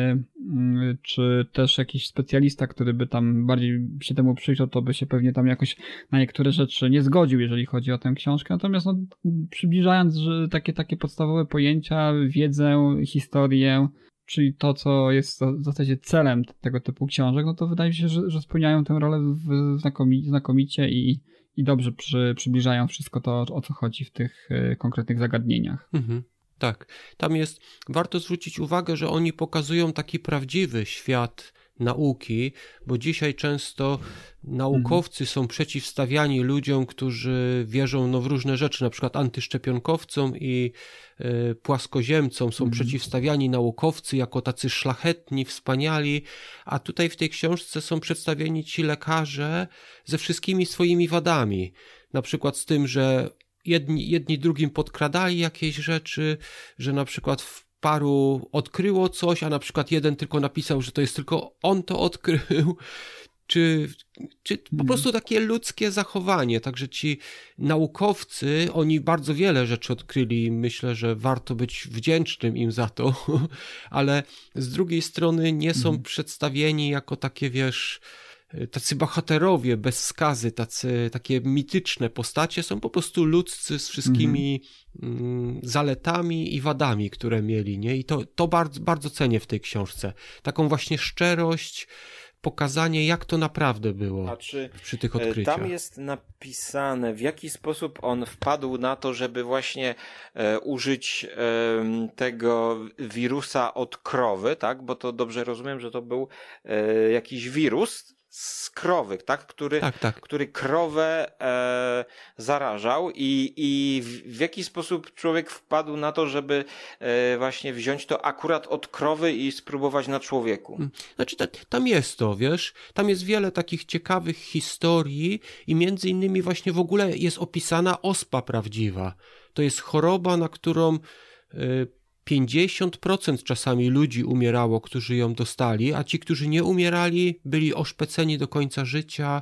[SPEAKER 4] czy też jakiś specjalista, który by tam bardziej się temu przyjrzał, to by się pewnie tam jakoś na niektóre rzeczy nie zgodził, jeżeli chodzi o tę książkę. Natomiast no, przybliżając że takie, takie podstawowe pojęcia, wiedzę, historię, czyli to, co jest w zasadzie celem tego typu książek, no to wydaje mi się, że, że spełniają tę rolę znakomicie, znakomicie i, i dobrze przy, przybliżają wszystko to, o co chodzi w tych konkretnych zagadnieniach. Mhm.
[SPEAKER 5] Tak, tam jest, warto zwrócić uwagę, że oni pokazują taki prawdziwy świat nauki, bo dzisiaj często naukowcy mhm. są przeciwstawiani ludziom, którzy wierzą no, w różne rzeczy, na przykład antyszczepionkowcom i y, płaskoziemcom są mhm. przeciwstawiani naukowcy jako tacy szlachetni, wspaniali, a tutaj w tej książce są przedstawieni ci lekarze ze wszystkimi swoimi wadami, na przykład z tym, że Jedni, jedni drugim podkradali jakieś rzeczy, że na przykład w paru odkryło coś, a na przykład jeden tylko napisał, że to jest tylko on to odkrył, czy, czy po hmm. prostu takie ludzkie zachowanie. Także ci naukowcy, oni bardzo wiele rzeczy odkryli i myślę, że warto być wdzięcznym im za to, ale z drugiej strony nie są hmm. przedstawieni jako takie, wiesz, tacy bohaterowie bez skazy, tacy, takie mityczne postacie, są po prostu ludzcy z wszystkimi mm. zaletami i wadami, które mieli, nie? I to, to bardzo, bardzo cenię w tej książce. Taką właśnie szczerość, pokazanie, jak to naprawdę było
[SPEAKER 6] A czy
[SPEAKER 5] przy tych odkryciach.
[SPEAKER 6] Tam jest napisane, w jaki sposób on wpadł na to, żeby właśnie e, użyć e, tego wirusa od krowy, tak? Bo to dobrze rozumiem, że to był e, jakiś wirus z krowy, tak? Który,
[SPEAKER 5] tak, tak.
[SPEAKER 6] który krowę e, zarażał i, i w, w jaki sposób człowiek wpadł na to, żeby e, właśnie wziąć to akurat od krowy i spróbować na człowieku.
[SPEAKER 5] Znaczy ta, tam jest to, wiesz, tam jest wiele takich ciekawych historii i między innymi właśnie w ogóle jest opisana ospa prawdziwa. To jest choroba, na którą e, pięćdziesiąt procent czasami ludzi umierało, którzy ją dostali, a ci, którzy nie umierali, byli oszpeceni do końca życia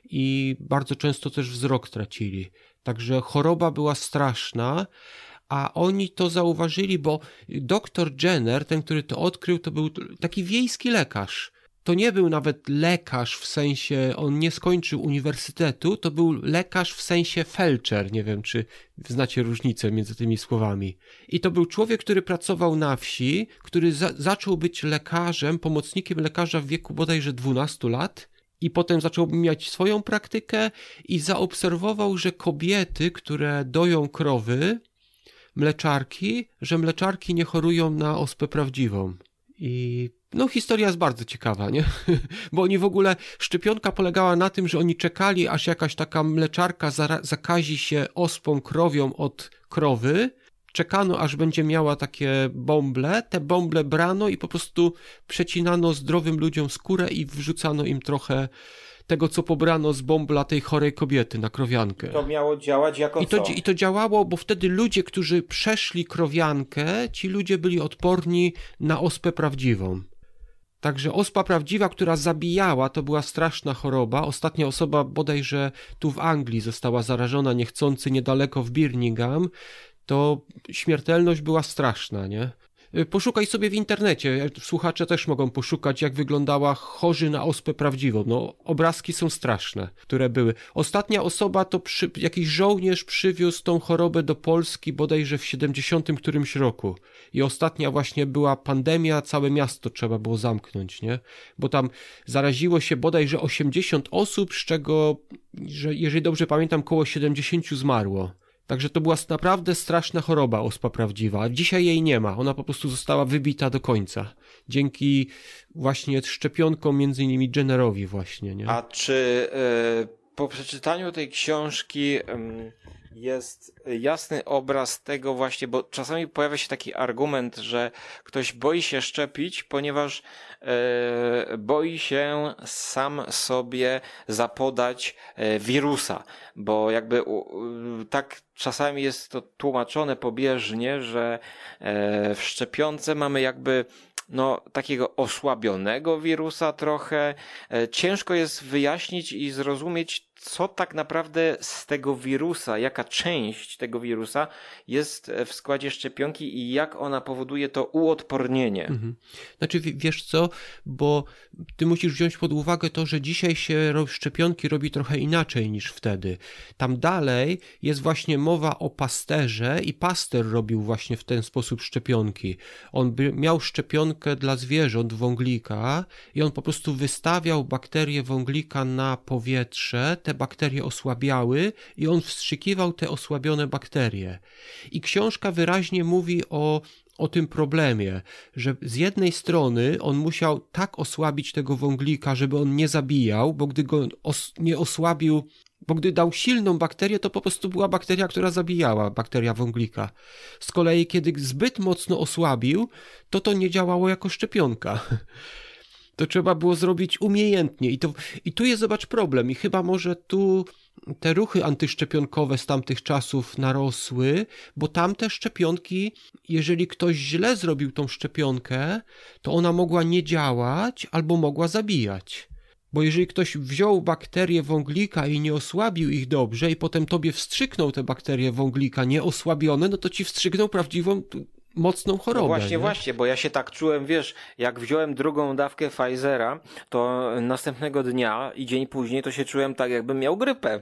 [SPEAKER 5] i bardzo często też wzrok tracili. Także choroba była straszna, a oni to zauważyli, bo doktor Jenner, ten, który to odkrył, to był taki wiejski lekarz. To nie był nawet lekarz w sensie, on nie skończył uniwersytetu, to był lekarz w sensie felczer, nie wiem czy znacie różnicę między tymi słowami. I to był człowiek, który pracował na wsi, który za- zaczął być lekarzem, pomocnikiem lekarza w wieku bodajże dwunastu lat I potem zaczął mieć swoją praktykę i zaobserwował, że kobiety, które doją krowy, mleczarki, że mleczarki nie chorują na ospę prawdziwą. I no historia jest bardzo ciekawa, nie? Bo oni w ogóle, szczepionka polegała na tym, że oni czekali, aż jakaś taka mleczarka zara- zakazi się ospą krowią od krowy. Czekano, aż będzie miała takie bąble. Te bąble brano i po prostu przecinano zdrowym ludziom skórę i wrzucano im trochę tego, co pobrano z bąbla tej chorej kobiety na krowiankę.
[SPEAKER 6] To miało działać jako
[SPEAKER 5] I to,
[SPEAKER 6] co?
[SPEAKER 5] I to działało, bo wtedy ludzie, którzy przeszli krowiankę, ci ludzie byli odporni na ospę prawdziwą. Także ospa prawdziwa, która zabijała, to była straszna choroba. Ostatnia osoba bodajże tu w Anglii została zarażona niechcący niedaleko w Birmingham. To śmiertelność była straszna, nie? Poszukaj sobie w internecie, słuchacze też mogą poszukać, jak wyglądała chorzy na ospę prawdziwą. No, obrazki są straszne, które były. Ostatnia osoba to przy, jakiś żołnierz przywiózł tą chorobę do Polski bodajże w siedemdziesiątym którymś roku. I ostatnia właśnie była pandemia, całe miasto trzeba było zamknąć, nie? Bo tam zaraziło się bodajże osiemdziesiąt osób, z czego, że jeżeli dobrze pamiętam, koło siedemdziesiąt zmarło. Także to była naprawdę straszna choroba, ospa prawdziwa, a dzisiaj jej nie ma, ona po prostu została wybita do końca, dzięki właśnie szczepionkom, między innymi Jennerowi właśnie, nie?
[SPEAKER 6] A czy y, po przeczytaniu tej książki y, jest jasny obraz tego właśnie, bo czasami pojawia się taki argument, że ktoś boi się szczepić, ponieważ y, boi się sam sobie zapodać y, wirusa, bo jakby y, tak czasami jest to tłumaczone pobieżnie, że y, w szczepionce mamy jakby no takiego osłabionego wirusa trochę. Ciężko jest wyjaśnić i zrozumieć, co tak naprawdę z tego wirusa, jaka część tego wirusa jest w składzie szczepionki i jak ona powoduje to uodpornienie.
[SPEAKER 5] Mhm. Znaczy, wiesz co, bo ty musisz wziąć pod uwagę to, że dzisiaj się szczepionki robi trochę inaczej niż wtedy. Tam dalej jest właśnie mowa o Pasteurze i Pasteur robił właśnie w ten sposób szczepionki. On by miał szczepionkę dla zwierząt wąglika i on po prostu wystawiał bakterie wąglika na powietrze, te bakterie osłabiały i on wstrzykiwał te osłabione bakterie. I książka wyraźnie mówi o, o tym problemie, że z jednej strony on musiał tak osłabić tego wąglika, żeby on nie zabijał, bo gdy go os- nie osłabił, bo gdy dał silną bakterię, to po prostu była bakteria, która zabijała, bakteria wąglika. Z kolei, kiedy zbyt mocno osłabił, to to nie działało jako szczepionka. To trzeba było zrobić umiejętnie i, to, i tu jest, zobacz, problem i chyba może tu te ruchy antyszczepionkowe z tamtych czasów narosły, bo tamte szczepionki, jeżeli ktoś źle zrobił tą szczepionkę, to ona mogła nie działać albo mogła zabijać. Bo jeżeli ktoś wziął bakterie wąglika i nie osłabił ich dobrze i potem tobie wstrzyknął te bakterie wąglika nieosłabione, no to ci wstrzyknął prawdziwą mocną chorobę.
[SPEAKER 6] No właśnie,
[SPEAKER 5] nie?
[SPEAKER 6] właśnie, bo ja się tak czułem, wiesz, jak wziąłem drugą dawkę Pfizera, to następnego dnia i dzień później to się czułem tak, jakbym miał grypę.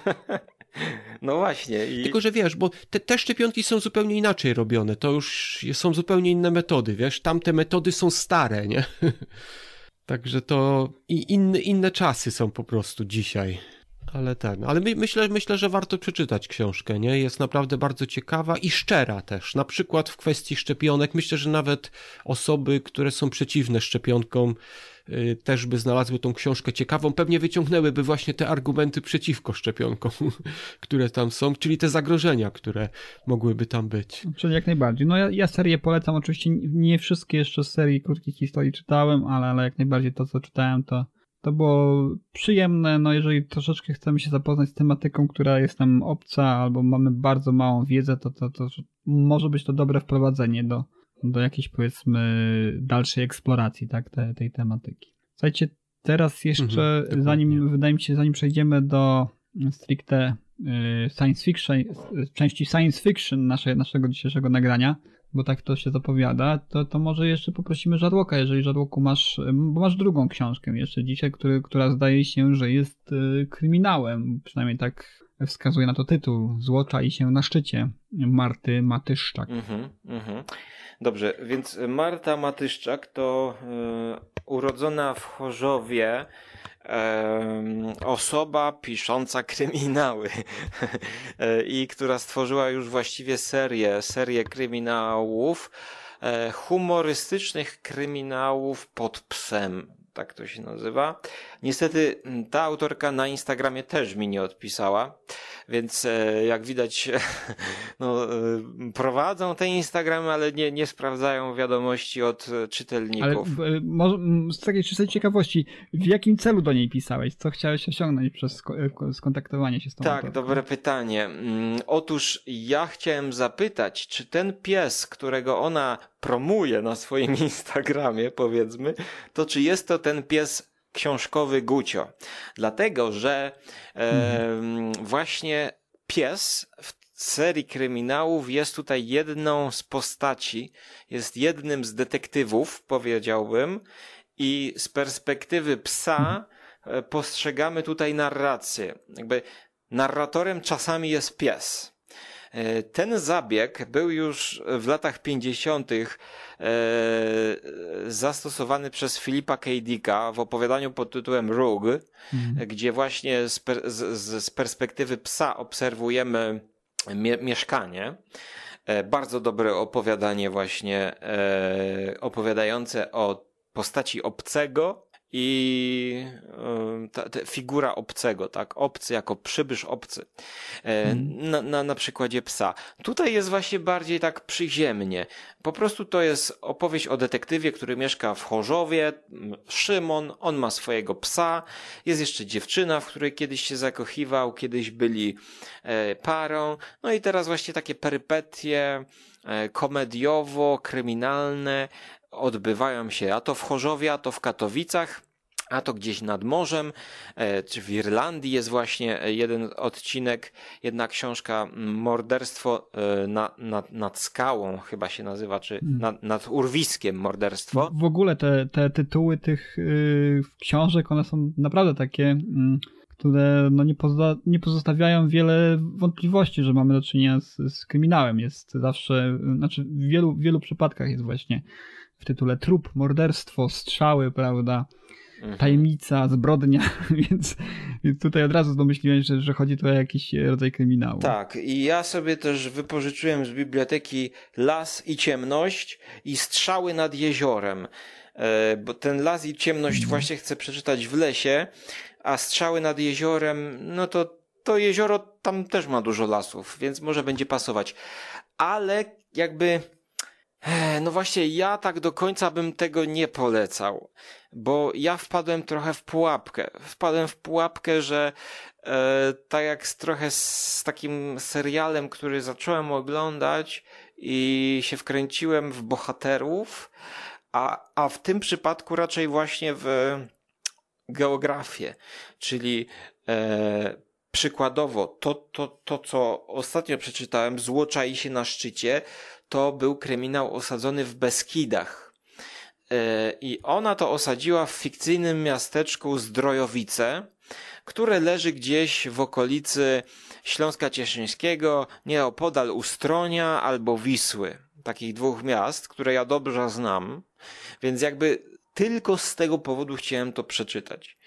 [SPEAKER 6] No właśnie. I...
[SPEAKER 5] Tylko, że wiesz, bo te, te szczepionki są zupełnie inaczej robione, to już są zupełnie inne metody, wiesz, tamte metody są stare, nie? Także to i inne, inne czasy są po prostu dzisiaj. Ale ten, ale my, myślę, myślę, że warto przeczytać książkę, nie? Jest naprawdę bardzo ciekawa i szczera też. Na przykład w kwestii szczepionek, myślę, że nawet osoby, które są przeciwne szczepionkom, y, też by znalazły tą książkę ciekawą. Pewnie wyciągnęłyby właśnie te argumenty przeciwko szczepionkom, które tam są, czyli te zagrożenia, które mogłyby tam być.
[SPEAKER 4] Czyli jak najbardziej. No ja, ja serię polecam, oczywiście nie wszystkie jeszcze z serii krótkich historii czytałem, ale, ale jak najbardziej to, co czytałem, to To było przyjemne, no jeżeli troszeczkę chcemy się zapoznać z tematyką, która jest nam obca, albo mamy bardzo małą wiedzę, to, to, to może być to dobre wprowadzenie do, do jakiejś, powiedzmy, dalszej eksploracji, tak, te, tej tematyki. Słuchajcie, teraz jeszcze, mhm, zanim, wydaje mi się, zanim przejdziemy do stricte y, science fiction, części science fiction nasze, naszego dzisiejszego nagrania, bo tak to się zapowiada, to, to może jeszcze poprosimy Żarłoka, jeżeli Żarłoku masz, bo masz drugą książkę jeszcze dzisiaj, który, która zdaje się, że jest y, kryminałem, przynajmniej tak wskazuje na to tytuł, Złocza i się na szczycie, Marty Matyszczak.
[SPEAKER 6] Mhm, mhm. Dobrze, więc Marta Matyszczak to y, urodzona w Chorzowie e, osoba pisząca kryminały i która stworzyła już właściwie serię, serię kryminałów, e, humorystycznych kryminałów pod psem. Tak to się nazywa. Niestety ta autorka na Instagramie też mi nie odpisała, więc jak widać no, prowadzą te Instagramy, ale nie, nie sprawdzają wiadomości od czytelników.
[SPEAKER 4] Ale może z takiej czystej ciekawości, w jakim celu do niej pisałeś? Co chciałeś osiągnąć przez skontaktowanie się z tą
[SPEAKER 6] Tak,
[SPEAKER 4] autorką?
[SPEAKER 6] dobre pytanie. Otóż ja chciałem zapytać, czy ten pies, którego ona promuje na swoim Instagramie, powiedzmy, to czy jest to ten pies książkowy Gucio? Dlatego, że e, mhm. właśnie pies w serii kryminałów jest tutaj jedną z postaci, jest jednym z detektywów, powiedziałbym, i z perspektywy psa mhm. postrzegamy tutaj narrację. Jakby narratorem czasami jest pies. Ten zabieg był już w latach pięćdziesiątych zastosowany przez Philippa K. Dicka w opowiadaniu pod tytułem Rogue, mm. gdzie właśnie z, per, z, z perspektywy psa obserwujemy mie- mieszkanie. Bardzo dobre opowiadanie właśnie opowiadające o postaci obcego i ta, ta figura obcego, tak? Obcy jako przybysz obcy. Hmm. Na, na, na przykładzie psa. Tutaj jest właśnie bardziej tak przyziemnie. Po prostu to jest opowieść o detektywie, który mieszka w Chorzowie. Szymon, on ma swojego psa. Jest jeszcze dziewczyna, w której kiedyś się zakochiwał, kiedyś byli e, parą. No i teraz właśnie takie perypetie e, komediowo-kryminalne odbywają się a to w Chorzowie, a to w Katowicach, a to gdzieś nad morzem, czy w Irlandii jest właśnie jeden odcinek, jedna książka, Morderstwo na, nad, nad skałą chyba się nazywa, czy nad, nad urwiskiem morderstwo.
[SPEAKER 4] W ogóle te, te tytuły tych yy, książek, one są naprawdę takie, yy, które no nie, poza, nie pozostawiają wiele wątpliwości, że mamy do czynienia z, z kryminałem. Jest zawsze, znaczy w wielu, w wielu przypadkach jest właśnie w tytule trup, morderstwo, strzały, prawda, tajemnica, zbrodnia, więc, więc tutaj od razu domyśliłem, że, że chodzi tu o jakiś rodzaj kryminału.
[SPEAKER 6] Tak, i ja sobie też wypożyczyłem z biblioteki Las i ciemność i Strzały nad jeziorem, e, bo ten Las i ciemność mm. właśnie chcę przeczytać w lesie, a Strzały nad jeziorem, no to to jezioro tam też ma dużo lasów, więc może będzie pasować, ale jakby no właśnie, ja tak do końca bym tego nie polecał, bo ja wpadłem trochę w pułapkę. Wpadłem w pułapkę, że e, tak jak z, trochę z takim serialem, który zacząłem oglądać i się wkręciłem w bohaterów, a, a w tym przypadku raczej właśnie w geografię, czyli e, przykładowo to, to, to, co ostatnio przeczytałem, Zło czai się na szczycie, to był kryminał osadzony w Beskidach. I ona to osadziła w fikcyjnym miasteczku Zdrojowice, które leży gdzieś w okolicy Śląska Cieszyńskiego, nieopodal Ustronia albo Wisły. Takich dwóch miast, które ja dobrze znam. Więc jakby tylko z tego powodu chciałem to przeczytać.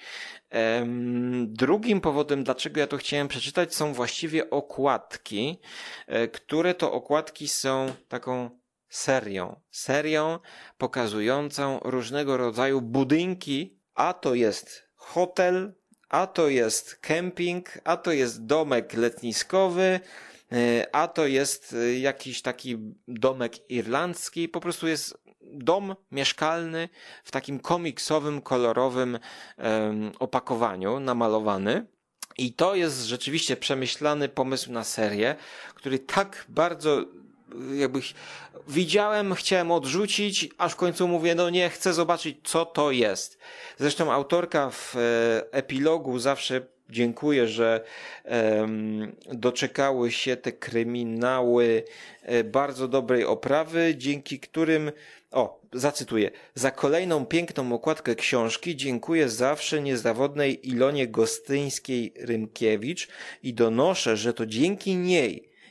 [SPEAKER 6] Drugim powodem, dlaczego ja to chciałem przeczytać, są właściwie okładki, które to okładki są taką serią. Serią pokazującą różnego rodzaju budynki, a to jest hotel, a to jest kemping, a to jest domek letniskowy, a to jest jakiś taki domek irlandzki, po prostu jest dom mieszkalny w takim komiksowym, kolorowym um, opakowaniu, namalowany. I to jest rzeczywiście przemyślany pomysł na serię, który tak bardzo jakby widziałem, chciałem odrzucić, aż w końcu mówię, no nie, chcę zobaczyć, co to jest. Zresztą autorka w e, epilogu zawsze dziękuję, że um, doczekały się te kryminały e, bardzo dobrej oprawy, dzięki którym, o, zacytuję, za kolejną piękną okładkę książki dziękuję zawsze niezawodnej Ilonie Gostyńskiej-Rymkiewicz i donoszę, że to dzięki niej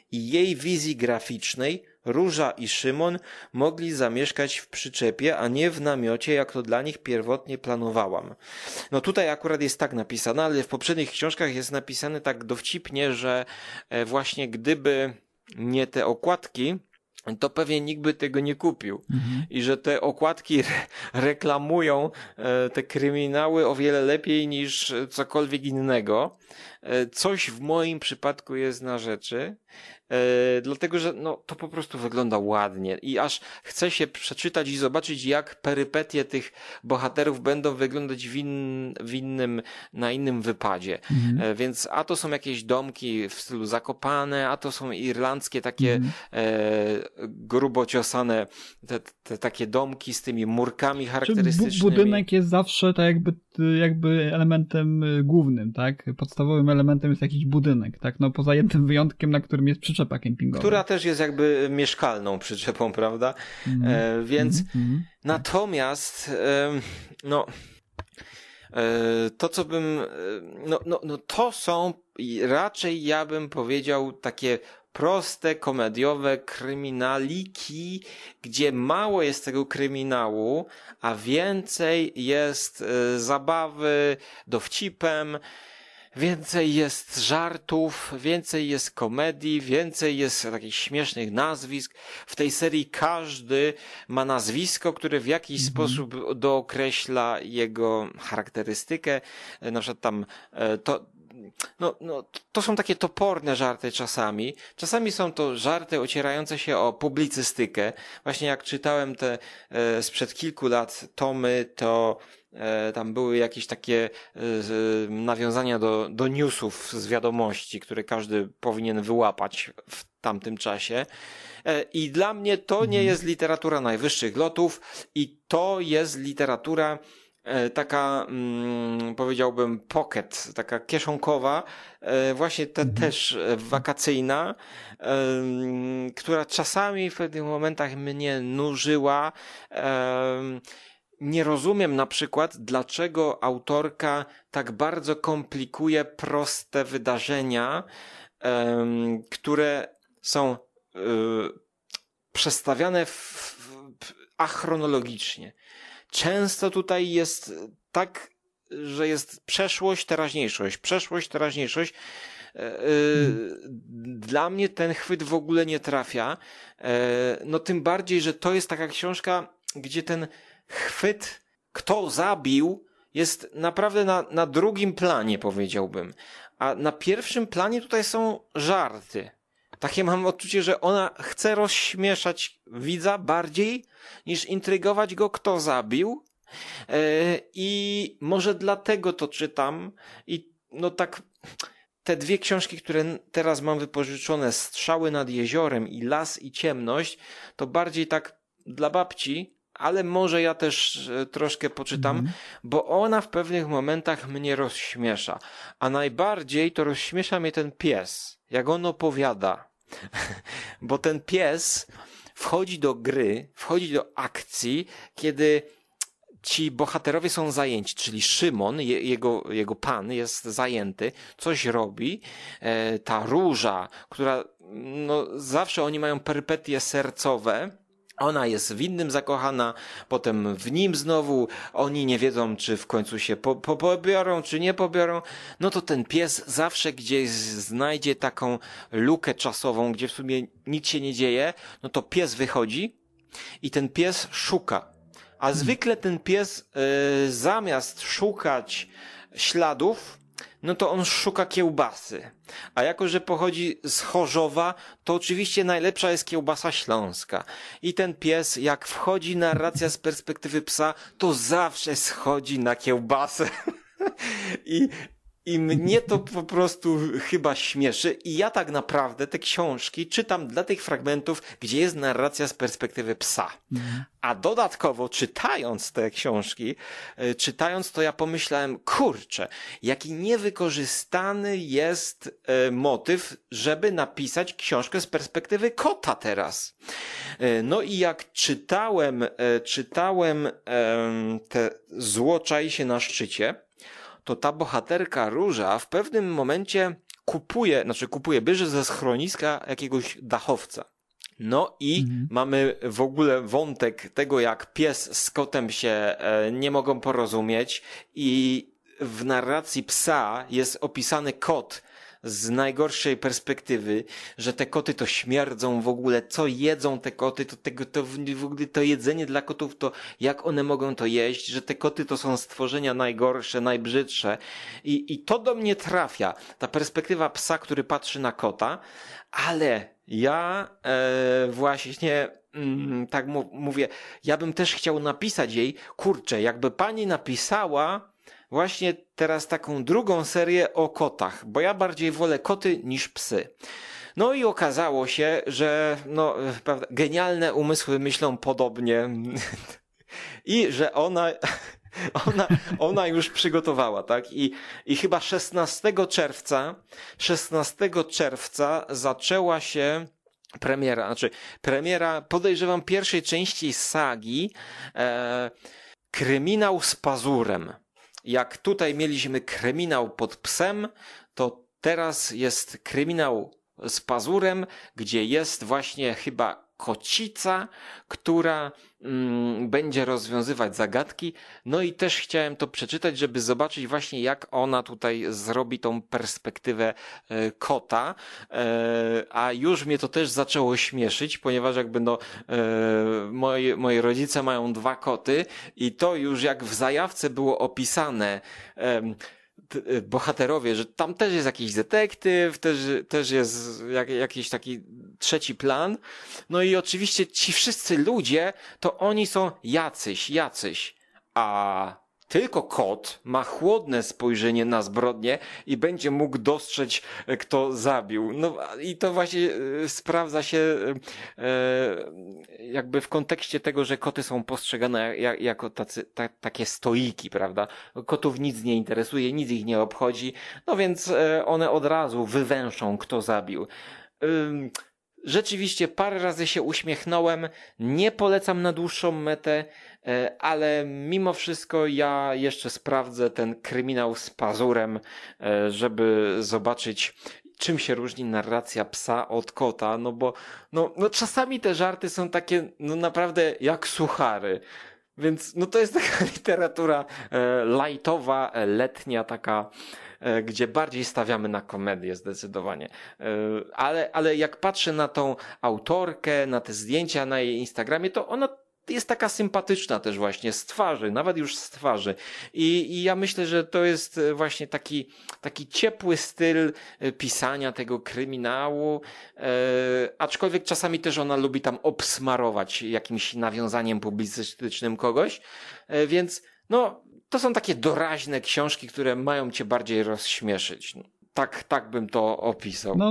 [SPEAKER 6] i jej wizji graficznej Róża i Szymon mogli zamieszkać w przyczepie, a nie w namiocie, jak to dla nich pierwotnie planowałam. No tutaj akurat jest tak napisane, ale w poprzednich książkach jest napisane tak dowcipnie, że właśnie gdyby nie te okładki, to pewnie nikt by tego nie kupił. Mhm. I że te okładki re- reklamują e, te kryminały o wiele lepiej niż cokolwiek innego. E, coś w moim przypadku jest na rzeczy. E, dlatego, że no, to po prostu wygląda ładnie i aż chce się przeczytać i zobaczyć, jak perypetie tych bohaterów będą wyglądać w, in, w innym, na innym wypadzie. Mhm. E, więc a to są jakieś domki w stylu Zakopane, a to są irlandzkie takie mhm. e, grubo ciosane te, te takie domki z tymi murkami charakterystycznymi.
[SPEAKER 4] Bu- budynek jest zawsze tak jakby, jakby elementem głównym, tak? Podstawowym elementem jest jakiś budynek, tak? No poza jednym wyjątkiem, na którym jest przyczepa kempingowa.
[SPEAKER 6] Która też jest jakby mieszkalną przyczepą, prawda? Mm. E, więc mm. natomiast e, no e, to co bym no, no, no to są raczej ja bym powiedział takie proste, komediowe kryminaliki, gdzie mało jest tego kryminału, a więcej jest e, zabawy dowcipem, więcej jest żartów, więcej jest komedii, więcej jest takich śmiesznych nazwisk. W tej serii każdy ma nazwisko, które w jakiś mm-hmm. sposób dookreśla jego charakterystykę. Na przykład tam to No, no, to są takie toporne żarty czasami. Czasami są to żarty ocierające się o publicystykę. Właśnie jak czytałem te e, sprzed kilku lat tomy, to e, tam były jakieś takie e, nawiązania do, do newsów z wiadomości, które każdy powinien wyłapać w tamtym czasie. E, I dla mnie to nie jest literatura najwyższych lotów i to jest literatura taka, mm, powiedziałbym, pocket, taka kieszonkowa, e, właśnie te, też wakacyjna, e, która czasami w pewnych momentach mnie nużyła. E, nie rozumiem na przykład, dlaczego autorka tak bardzo komplikuje proste wydarzenia, e, które są e, przestawiane w, w, achronologicznie. Często tutaj jest tak, że jest przeszłość, teraźniejszość, przeszłość, teraźniejszość. Dla mnie ten chwyt w ogóle nie trafia. No tym bardziej, że to jest taka książka, gdzie ten chwyt, kto zabił, jest naprawdę na, na drugim planie, powiedziałbym. A na pierwszym planie tutaj są żarty. Takie mam odczucie, że ona chce rozśmieszać widza bardziej niż intrygować go, kto zabił. Yy, I może dlatego to czytam. I no tak, te dwie książki, które teraz mam wypożyczone, Strzały nad jeziorem i Las i ciemność, to bardziej tak dla babci, ale może ja też troszkę poczytam, mm. bo ona w pewnych momentach mnie rozśmiesza. A najbardziej to rozśmiesza mnie ten pies, jak on opowiada. Bo ten pies wchodzi do gry, wchodzi do akcji, kiedy ci bohaterowie są zajęci, czyli Szymon, je, jego, jego pan jest zajęty, coś robi. E, ta Róża, która, no zawsze oni mają perypetie sercowe, ona jest w innym zakochana, potem w nim znowu, oni nie wiedzą, czy w końcu się po, po, pobiorą, czy nie pobiorą. No to ten pies zawsze gdzieś znajdzie taką lukę czasową, gdzie w sumie nic się nie dzieje, no to pies wychodzi i ten pies szuka. A zwykle ten pies yy, zamiast szukać śladów, no to on szuka kiełbasy. A jako, że pochodzi z Chorzowa, to oczywiście najlepsza jest kiełbasa śląska. I ten pies, jak wchodzi narracja z perspektywy psa, to zawsze schodzi na kiełbasę. I, I mnie to po prostu chyba śmieszy. I ja tak naprawdę te książki czytam dla tych fragmentów, gdzie jest narracja z perspektywy psa. A dodatkowo czytając te książki, czytając to ja pomyślałem, kurczę, jaki niewykorzystany jest motyw, żeby napisać książkę z perspektywy kota teraz. No i jak czytałem, czytałem te Zło czai się na szczycie, to ta bohaterka Róża w pewnym momencie kupuje, znaczy kupuje, bierze ze schroniska jakiegoś dachowca. No i mhm. mamy w ogóle wątek tego, jak pies z kotem się e, nie mogą porozumieć i w narracji psa jest opisany kot z najgorszej perspektywy, że te koty to śmierdzą w ogóle, co jedzą te koty, to, tego, to w ogóle to jedzenie dla kotów, to jak one mogą to jeść, że te koty to są stworzenia najgorsze, najbrzydsze i, i to do mnie trafia, ta perspektywa psa, który patrzy na kota, ale ja e, właśnie mm, tak mu- mówię, ja bym też chciał napisać jej, kurczę, jakby pani napisała właśnie teraz taką drugą serię o kotach, bo ja bardziej wolę koty niż psy. No i okazało się, że no, prawda, genialne umysły myślą podobnie i że ona, ona, ona już przygotowała, tak? I, i chyba szesnastego czerwca, szesnastego czerwca zaczęła się premiera, znaczy premiera, podejrzewam, pierwszej części sagi e, Kryminał z pazurem. Jak tutaj mieliśmy kryminał pod psem, to teraz jest kryminał z pazurem, gdzie jest właśnie chyba kocica, która mm, będzie rozwiązywać zagadki. No i też chciałem to przeczytać, żeby zobaczyć właśnie, jak ona tutaj zrobi tą perspektywę e, kota. E, a już mnie to też zaczęło śmieszyć, ponieważ jakby no e, moi, moi rodzice mają dwa koty i to już jak w zajawce było opisane, e, bohaterowie, że tam też jest jakiś detektyw, też, też jest jak, jakiś taki trzeci plan. No i oczywiście ci wszyscy ludzie, to oni są jacyś, jacyś. A tylko kot ma chłodne spojrzenie na zbrodnię i będzie mógł dostrzec, kto zabił. No i to właśnie sprawdza się jakby w kontekście tego, że koty są postrzegane jako tacy, ta, takie stoiki, prawda? Kotów nic nie interesuje, nic ich nie obchodzi, no więc one od razu wywęszą, kto zabił. Rzeczywiście parę razy się uśmiechnąłem, nie polecam na dłuższą metę, ale mimo wszystko ja jeszcze sprawdzę ten kryminał z pazurem, żeby zobaczyć, czym się różni narracja psa od kota, no bo no, no czasami te żarty są takie no naprawdę jak suchary. Więc no to jest taka literatura e, lightowa, e, letnia, taka, e, gdzie bardziej stawiamy na komedię zdecydowanie. E, ale, ale jak patrzę na tą autorkę, na te zdjęcia na jej Instagramie, to ona jest taka sympatyczna też właśnie z twarzy, nawet już z twarzy. I, i ja myślę, że to jest właśnie taki, taki ciepły styl pisania tego kryminału, e, aczkolwiek czasami też ona lubi tam obsmarować jakimś nawiązaniem publicystycznym kogoś, e, więc no, to są takie doraźne książki, które mają cię bardziej rozśmieszyć. No. Tak, tak bym to opisał.
[SPEAKER 4] No,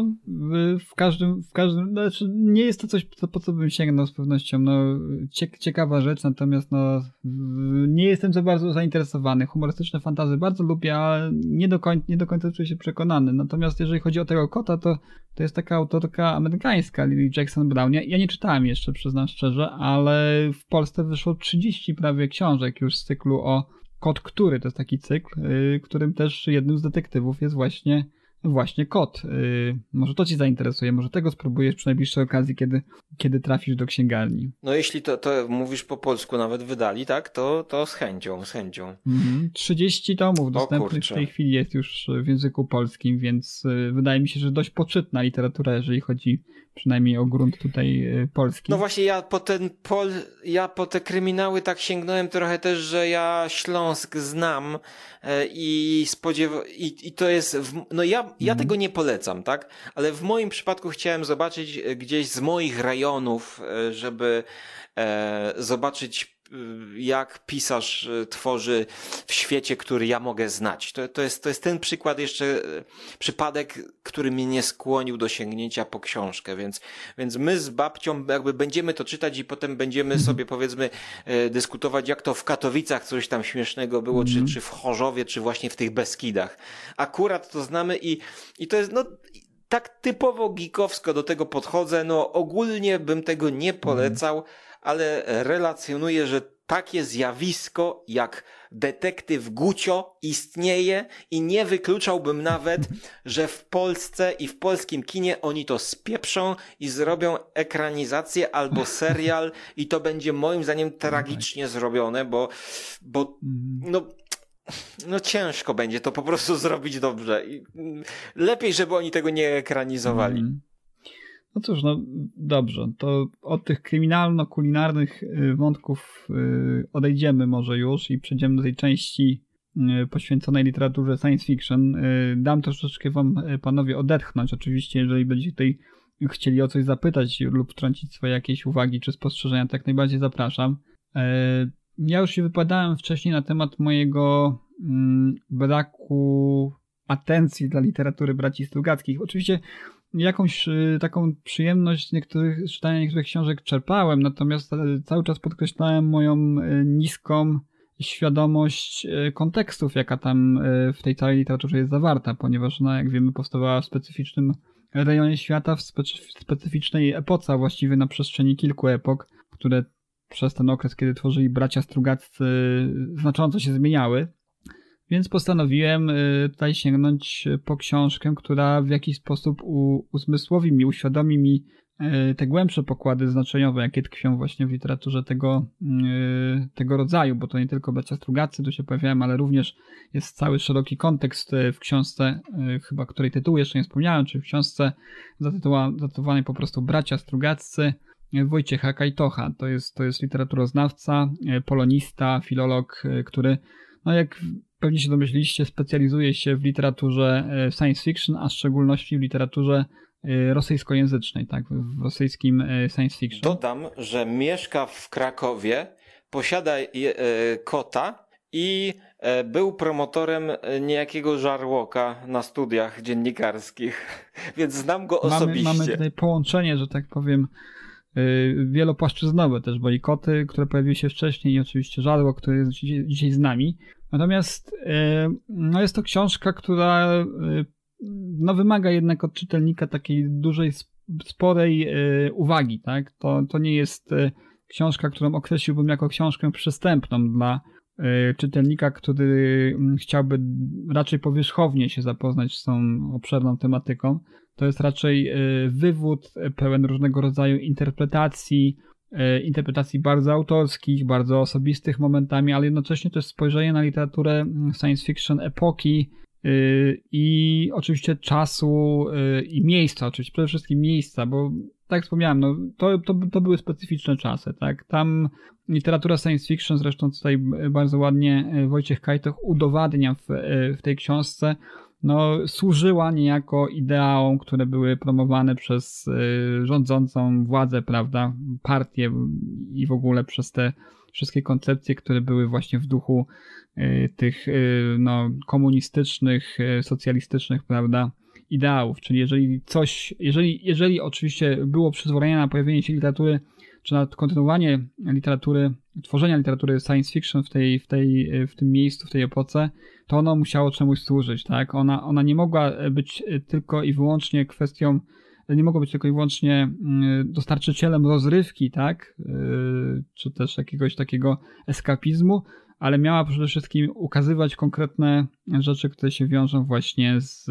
[SPEAKER 4] w każdym, w każdym, znaczy nie jest to coś, po co bym sięgnął z pewnością, no, ciekawa rzecz, natomiast no, nie jestem za bardzo zainteresowany. Humorystyczne fantasy bardzo lubię, ale nie do końca, nie do końca czuję się przekonany. Natomiast jeżeli chodzi o tego kota, to, to jest taka autorka amerykańska, Lily Jackson Brown. Ja, ja nie czytałem jeszcze, przyznam szczerze, ale w Polsce wyszło trzydzieści prawie książek już z cyklu o Kot Który, to jest taki cykl, yy, którym też jednym z detektywów jest właśnie Właśnie kot. Yy, może to cię zainteresuje, może tego spróbujesz przy najbliższej okazji, kiedy, kiedy trafisz do księgarni.
[SPEAKER 6] No jeśli to, to mówisz po polsku nawet wydali, tak? To, to z chęcią, z chęcią.
[SPEAKER 4] Mm-hmm. trzydzieści tomów dostępnych w tej chwili jest już w języku polskim, więc yy, wydaje mi się, że dość poczytna literatura, jeżeli chodzi przynajmniej o grunt tutaj yy, polski.
[SPEAKER 6] No właśnie ja po ten pol, ja po te kryminały tak sięgnąłem trochę też, że ja Śląsk znam yy, i spodziewam, i, i to jest, w, no ja Ja tego nie polecam, tak? Ale w moim przypadku chciałem zobaczyć gdzieś z moich rejonów, żeby e, zobaczyć, jak pisarz tworzy w świecie, który ja mogę znać. To, to, jest, to jest ten przykład jeszcze, przypadek, który mnie nie skłonił do sięgnięcia po książkę, więc, więc my z babcią jakby będziemy to czytać i potem będziemy sobie powiedzmy e, dyskutować, jak to w Katowicach coś tam śmiesznego było, mm. czy, czy w Chorzowie, czy właśnie w tych Beskidach. Akurat to znamy i, i to jest, no, tak typowo geekowsko do tego podchodzę, no ogólnie bym tego nie polecał, mm. ale relacjonuję, że takie zjawisko jak detektyw Gucio istnieje i nie wykluczałbym nawet, że w Polsce i w polskim kinie oni to spieprzą i zrobią ekranizację albo serial i to będzie moim zdaniem tragicznie zrobione, bo, bo no, no ciężko będzie to po prostu zrobić dobrze. I lepiej, żeby oni tego nie ekranizowali. Mm.
[SPEAKER 4] No cóż, no dobrze, to od tych kryminalno-kulinarnych wątków odejdziemy może już i przejdziemy do tej części poświęconej literaturze science fiction. Dam troszeczkę wam, panowie, odetchnąć. Oczywiście, jeżeli będziecie tutaj chcieli o coś zapytać lub wtrącić swoje jakieś uwagi czy spostrzeżenia, tak najbardziej zapraszam. Ja już się wypowiadałem wcześniej na temat mojego braku atencji dla literatury braci Strugackich. Oczywiście jakąś y, taką przyjemność niektórych, czytania niektórych książek czerpałem, natomiast y, cały czas podkreślałem moją y, niską świadomość y, kontekstów, jaka tam y, w tej całej literaturze jest zawarta, ponieważ ona, jak wiemy, powstawała w specyficznym rejonie świata, w specy- specyficznej epoce, a właściwie na przestrzeni kilku epok, które przez ten okres, kiedy tworzyli bracia Strugaccy, znacząco się zmieniały. Więc postanowiłem tutaj sięgnąć po książkę, która w jakiś sposób uzmysłowi mi, uświadomi mi te głębsze pokłady znaczeniowe, jakie tkwią właśnie w literaturze tego, tego rodzaju, bo to nie tylko bracia Strugacy tu się pojawiają, ale również jest cały szeroki kontekst w książce, chyba której tytułu jeszcze nie wspomniałem, czyli w książce zatytułowanej po prostu Bracia Strugacy Wojciecha Kajtocha. To jest, to jest literaturoznawca, polonista, filolog, który, no jak pewnie się domyśliliście, specjalizuje się w literaturze science fiction, a w szczególności w literaturze rosyjskojęzycznej, tak, w rosyjskim science fiction.
[SPEAKER 6] Dodam, że mieszka w Krakowie, posiada je, e, kota i e, był promotorem niejakiego żarłoka na studiach dziennikarskich, więc znam go osobiście.
[SPEAKER 4] Mamy, mamy tutaj połączenie, że tak powiem, wielopłaszczyznowe też, bo i koty, które pojawiły się wcześniej, i oczywiście żarłok, który jest dzisiaj z nami. Natomiast no jest to książka, która no wymaga jednak od czytelnika takiej dużej, sporej uwagi, tak? To, to nie jest książka, którą określiłbym jako książkę przystępną dla czytelnika, który chciałby raczej powierzchownie się zapoznać z tą obszerną tematyką. To jest raczej wywód pełen różnego rodzaju interpretacji, interpretacji bardzo autorskich, bardzo osobistych momentami, ale jednocześnie też spojrzenie na literaturę science fiction epoki i oczywiście czasu i miejsca, oczywiście przede wszystkim miejsca, bo tak jak wspomniałem, no, to, to, to były specyficzne czasy, tak? Tam literatura science fiction, zresztą tutaj bardzo ładnie Wojciech Kajtoch udowadnia w, w tej książce, no, służyła niejako ideałom, które były promowane przez y, rządzącą władzę, prawda, partię i w ogóle przez te wszystkie koncepcje, które były właśnie w duchu y, tych y, no, komunistycznych, y, socjalistycznych, prawda, ideałów. Czyli jeżeli coś, jeżeli, jeżeli oczywiście było przyzwolenie na pojawienie się literatury, czy na kontynuowanie literatury, tworzenia literatury science fiction w tej, w tej, w tym miejscu, w tej epoce, to ono musiało czemuś służyć, tak? Ona, ona nie mogła być tylko i wyłącznie kwestią, nie mogła być tylko i wyłącznie dostarczycielem rozrywki, tak? Czy też jakiegoś takiego eskapizmu, ale miała przede wszystkim ukazywać konkretne rzeczy, które się wiążą właśnie z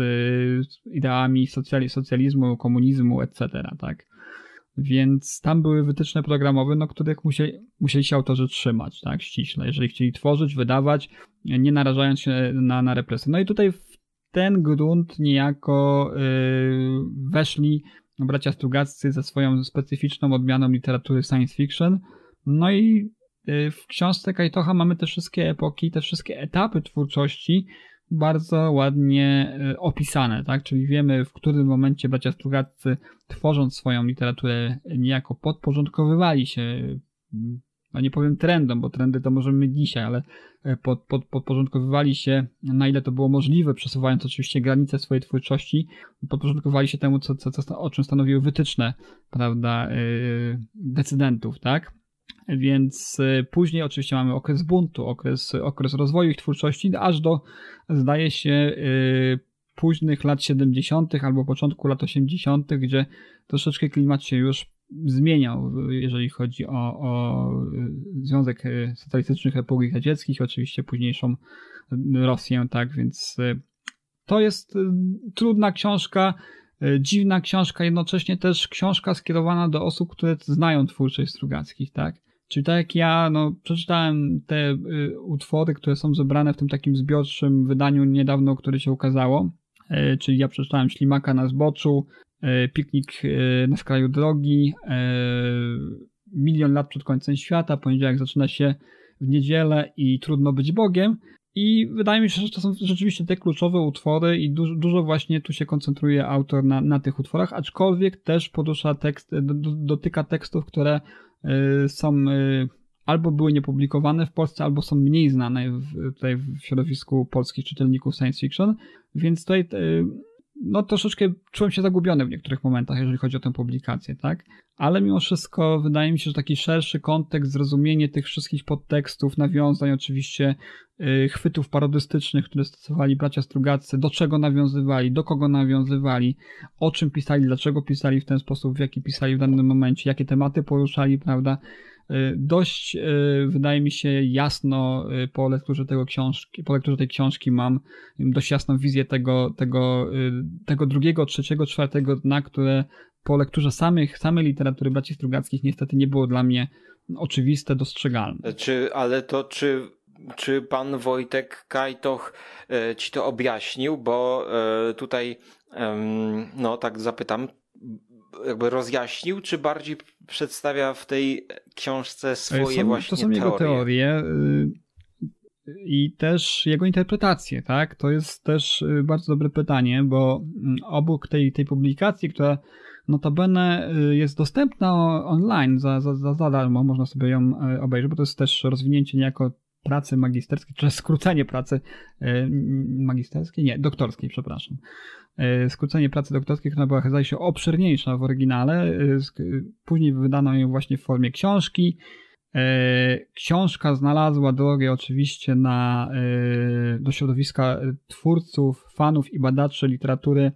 [SPEAKER 4] ideami socjalizmu, komunizmu, et cetera, tak? Więc tam były wytyczne programowe, no, których musieli, musieli się autorzy trzymać, tak, ściśle, jeżeli chcieli tworzyć, wydawać, nie narażając się na, na represję. No i tutaj w ten grunt niejako yy, weszli bracia Strugaccy ze swoją specyficzną odmianą literatury science fiction. No i yy, w książce Kajtocha mamy te wszystkie epoki, te wszystkie etapy twórczości bardzo ładnie opisane, tak? Czyli wiemy, w którym momencie bracia Strugaccy, tworząc swoją literaturę, niejako podporządkowywali się, no nie powiem trendom, bo trendy to możemy mieć dzisiaj, ale pod, pod, podporządkowywali się, na ile to było możliwe, przesuwając oczywiście granice swojej twórczości, podporządkowywali się temu, co, co, co, o czym stanowiły wytyczne, prawda, decydentów, tak? Więc później oczywiście mamy okres buntu, okres, okres rozwoju ich twórczości, aż do, zdaje się, yy, późnych lat siedemdziesiątych albo początku lat osiemdziesiątych, gdzie troszeczkę klimat się już zmieniał, jeżeli chodzi o, o Związek Socjalistycznych Republik Radzieckich, oczywiście późniejszą Rosję, tak, więc to jest trudna książka, dziwna książka, jednocześnie też książka skierowana do osób, które znają twórczość Strugackich, tak. Czyli tak jak ja, no, przeczytałem te y, utwory, które są zebrane w tym takim zbiorczym wydaniu niedawno, które się ukazało, y, czyli ja przeczytałem Ślimaka na zboczu, y, Piknik y, na skraju drogi, y, Milion lat przed końcem świata, Poniedziałek zaczyna się w niedzielę i Trudno być Bogiem. I wydaje mi się, że to są rzeczywiście te kluczowe utwory i dużo, dużo właśnie tu się koncentruje autor na, na tych utworach, aczkolwiek też porusza tekst, do, dotyka tekstów, które y, są y, albo były niepublikowane w Polsce, albo są mniej znane w, tutaj w środowisku polskich czytelników science fiction, więc tutaj y, no troszeczkę czułem się zagubiony w niektórych momentach, jeżeli chodzi o tę publikację, tak? Ale mimo wszystko wydaje mi się, że taki szerszy kontekst, zrozumienie tych wszystkich podtekstów, nawiązań, oczywiście yy, chwytów parodystycznych, które stosowali bracia Strugaccy, do czego nawiązywali, do kogo nawiązywali, o czym pisali, dlaczego pisali w ten sposób, w jaki pisali w danym momencie, jakie tematy poruszali, prawda? Dość, wydaje mi się, jasno po lekturze tego książki, po lekturze tej książki mam dość jasną wizję tego, tego, tego drugiego, trzeciego, czwartego dna, które po lekturze samych, samej literatury braci Strugackich niestety nie było dla mnie oczywiste, dostrzegalne.
[SPEAKER 6] Czy, ale to czy, czy pan Wojtek Kajtoch e, ci to objaśnił, bo e, tutaj e, no tak zapytam, jakby rozjaśnił, czy bardziej przedstawia w tej książce swoje
[SPEAKER 4] są,
[SPEAKER 6] właśnie
[SPEAKER 4] to są
[SPEAKER 6] teorie?
[SPEAKER 4] jego teorie yy, i też jego interpretacje, tak? To jest też bardzo dobre pytanie, bo obok tej, tej publikacji, która notabene jest dostępna online za, za, za, za darmo, można sobie ją obejrzeć, bo to jest też rozwinięcie niejako pracy magisterskiej, czy skrócenie pracy magisterskiej, nie, doktorskiej, przepraszam. Skrócenie pracy doktorskiej, która była, zdaje się, obszerniejsza w oryginale. Później wydano ją właśnie w formie książki. Książka znalazła drogę oczywiście na, do środowiska twórców, fanów i badaczy literatury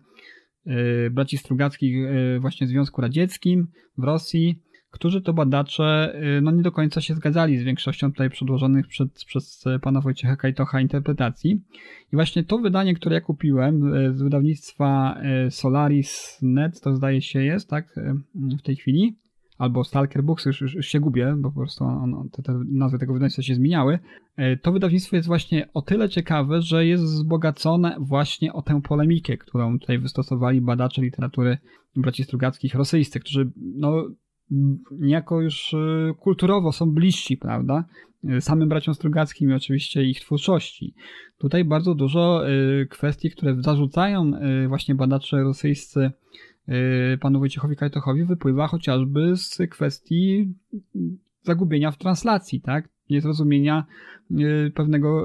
[SPEAKER 4] braci Strugackich właśnie w Związku Radzieckim w Rosji, którzy to badacze no nie do końca się zgadzali z większością tutaj przedłożonych przed, przez pana Wojciecha Kajtocha interpretacji. I właśnie to wydanie, które ja kupiłem z wydawnictwa Solaris kropka net, to zdaje się jest, tak, w tej chwili, albo Stalker Books, już, już, już się gubię, bo po prostu on, te, te nazwy tego wydawnictwa się zmieniały. To wydawnictwo jest właśnie o tyle ciekawe, że jest wzbogacone właśnie o tę polemikę, którą tutaj wystosowali badacze literatury braci Strugackich rosyjscy, którzy no niejako już kulturowo są bliżsi, prawda, samym braciom Strugackim i oczywiście ich twórczości. Tutaj bardzo dużo kwestii, które zarzucają właśnie badacze rosyjscy panu Wojciechowi Kajtochowi, wypływa chociażby z kwestii zagubienia w translacji, tak, niezrozumienia pewnego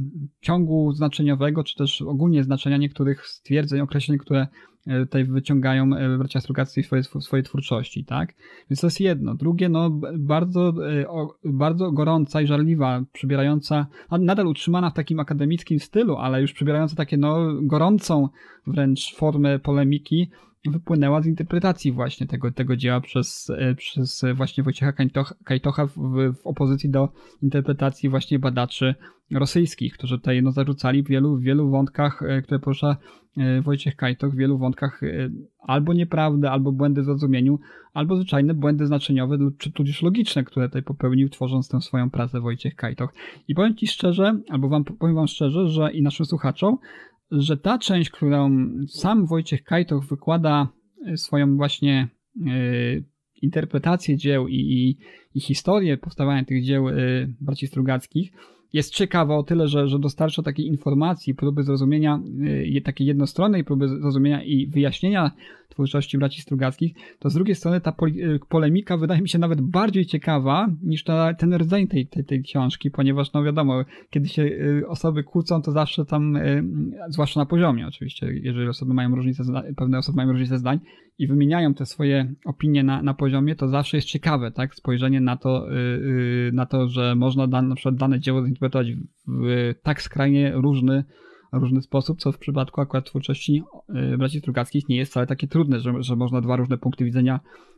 [SPEAKER 4] ciągu znaczeniowego, czy też ogólnie znaczenia niektórych stwierdzeń, określeń, które tutaj wyciągają bracia Strugaccy w swojej, w swojej twórczości, tak? Więc to jest jedno. Drugie, no bardzo, bardzo gorąca i żarliwa, przybierająca, nadal utrzymana w takim akademickim stylu, ale już przybierająca takie, no, gorącą wręcz formę polemiki, wypłynęła z interpretacji właśnie tego, tego dzieła przez, przez właśnie Wojciecha Kajtocha w, w opozycji do interpretacji właśnie badaczy rosyjskich, którzy tutaj no, zarzucali w wielu, w wielu wątkach, które porusza Wojciech Kajtoch, w wielu wątkach albo nieprawdy, albo błędy w zrozumieniu, albo zwyczajne błędy znaczeniowe, czy tudzież logiczne, które tutaj popełnił, tworząc tę swoją pracę Wojciech Kajtoch. I powiem ci szczerze, albo wam, powiem wam szczerze, że i naszym słuchaczom, że ta część, którą sam Wojciech Kajtoch wykłada swoją właśnie y, interpretację dzieł i, i, i historię powstawania tych dzieł y, braci Strugackich, jest ciekawa o tyle, że, że dostarcza takiej informacji, próby zrozumienia, y, takiej jednostronnej próby zrozumienia i wyjaśnienia twórczości braci Strugackich, to z drugiej strony ta poli, y, polemika wydaje mi się nawet bardziej ciekawa niż ta, ten rdzeń tej, tej, tej książki, ponieważ no wiadomo, kiedy się y, osoby kłócą, to zawsze tam, y, zwłaszcza na poziomie oczywiście, jeżeli osoby mają różnice, pewne osoby mają różnice zdań i wymieniają te swoje opinie na, na poziomie, to zawsze jest ciekawe, tak, spojrzenie na to, y, y, na to, że można dan, na przykład dane dzieło zinterpretować w, w tak skrajnie różny różny sposób, co w przypadku akurat twórczości braci Strugackich nie jest wcale takie trudne, że, że można dwa różne punkty widzenia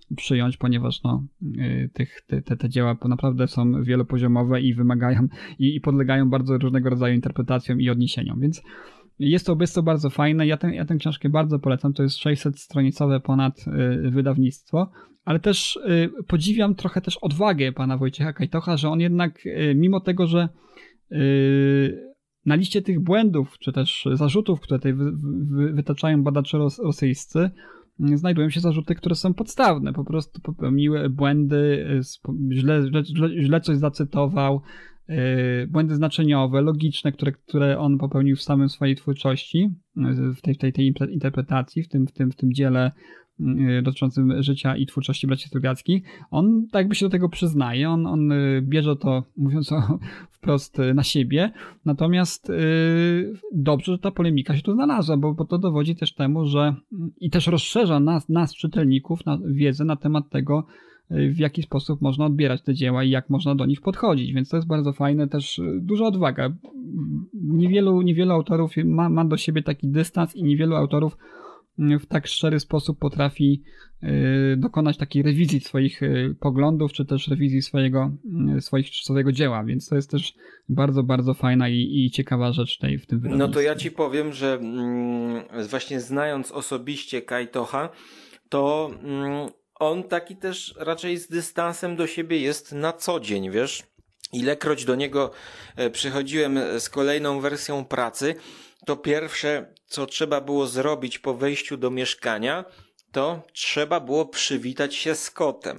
[SPEAKER 4] przyjąć, ponieważ no, tych, te, te, te dzieła naprawdę są wielopoziomowe i wymagają i, i podlegają bardzo różnego rodzaju interpretacjom i odniesieniom, więc jest to, jest to bardzo fajne. Ja, ten, ja tę książkę bardzo polecam. To jest sześćset stronicowe ponad y, wydawnictwo, ale też y, podziwiam trochę też odwagę pana Wojciecha Kajtocha, że on jednak y, mimo tego, że y, na liście tych błędów, czy też zarzutów, które tutaj wy, wy, wytaczają badacze ros, rosyjscy, y, znajdują się zarzuty, które są podstawne. Po prostu popełniły błędy, y, źle, źle, źle coś zacytował, błędy znaczeniowe, logiczne, które, które on popełnił w samym swojej twórczości, w tej, w tej, tej interpretacji, w tym, w, tym, w tym dziele dotyczącym życia i twórczości braci Strugackich. On tak jakby się do tego przyznaje, on, on bierze to, mówiąc o, wprost, na siebie, natomiast yy, dobrze, że ta polemika się tu znalazła, bo, bo to dowodzi też temu, że i też rozszerza nas, nas czytelników, na wiedzę na temat tego, w jaki sposób można odbierać te dzieła i jak można do nich podchodzić, więc to jest bardzo fajne, też duża odwaga. Niewielu, niewielu autorów ma, ma do siebie taki dystans i niewielu autorów w tak szczery sposób potrafi dokonać takiej rewizji swoich poglądów, czy też rewizji swojego, swoich, swojego dzieła, więc to jest też bardzo, bardzo fajna i, i ciekawa rzecz tej, w tym wydawnictwie.
[SPEAKER 6] No to ja ci powiem, że mm, właśnie znając osobiście Kajtocha, to mm, on taki też raczej z dystansem do siebie jest na co dzień, wiesz? Ilekroć do niego przychodziłem z kolejną wersją pracy, to pierwsze, co trzeba było zrobić po wejściu do mieszkania, to trzeba było przywitać się z kotem.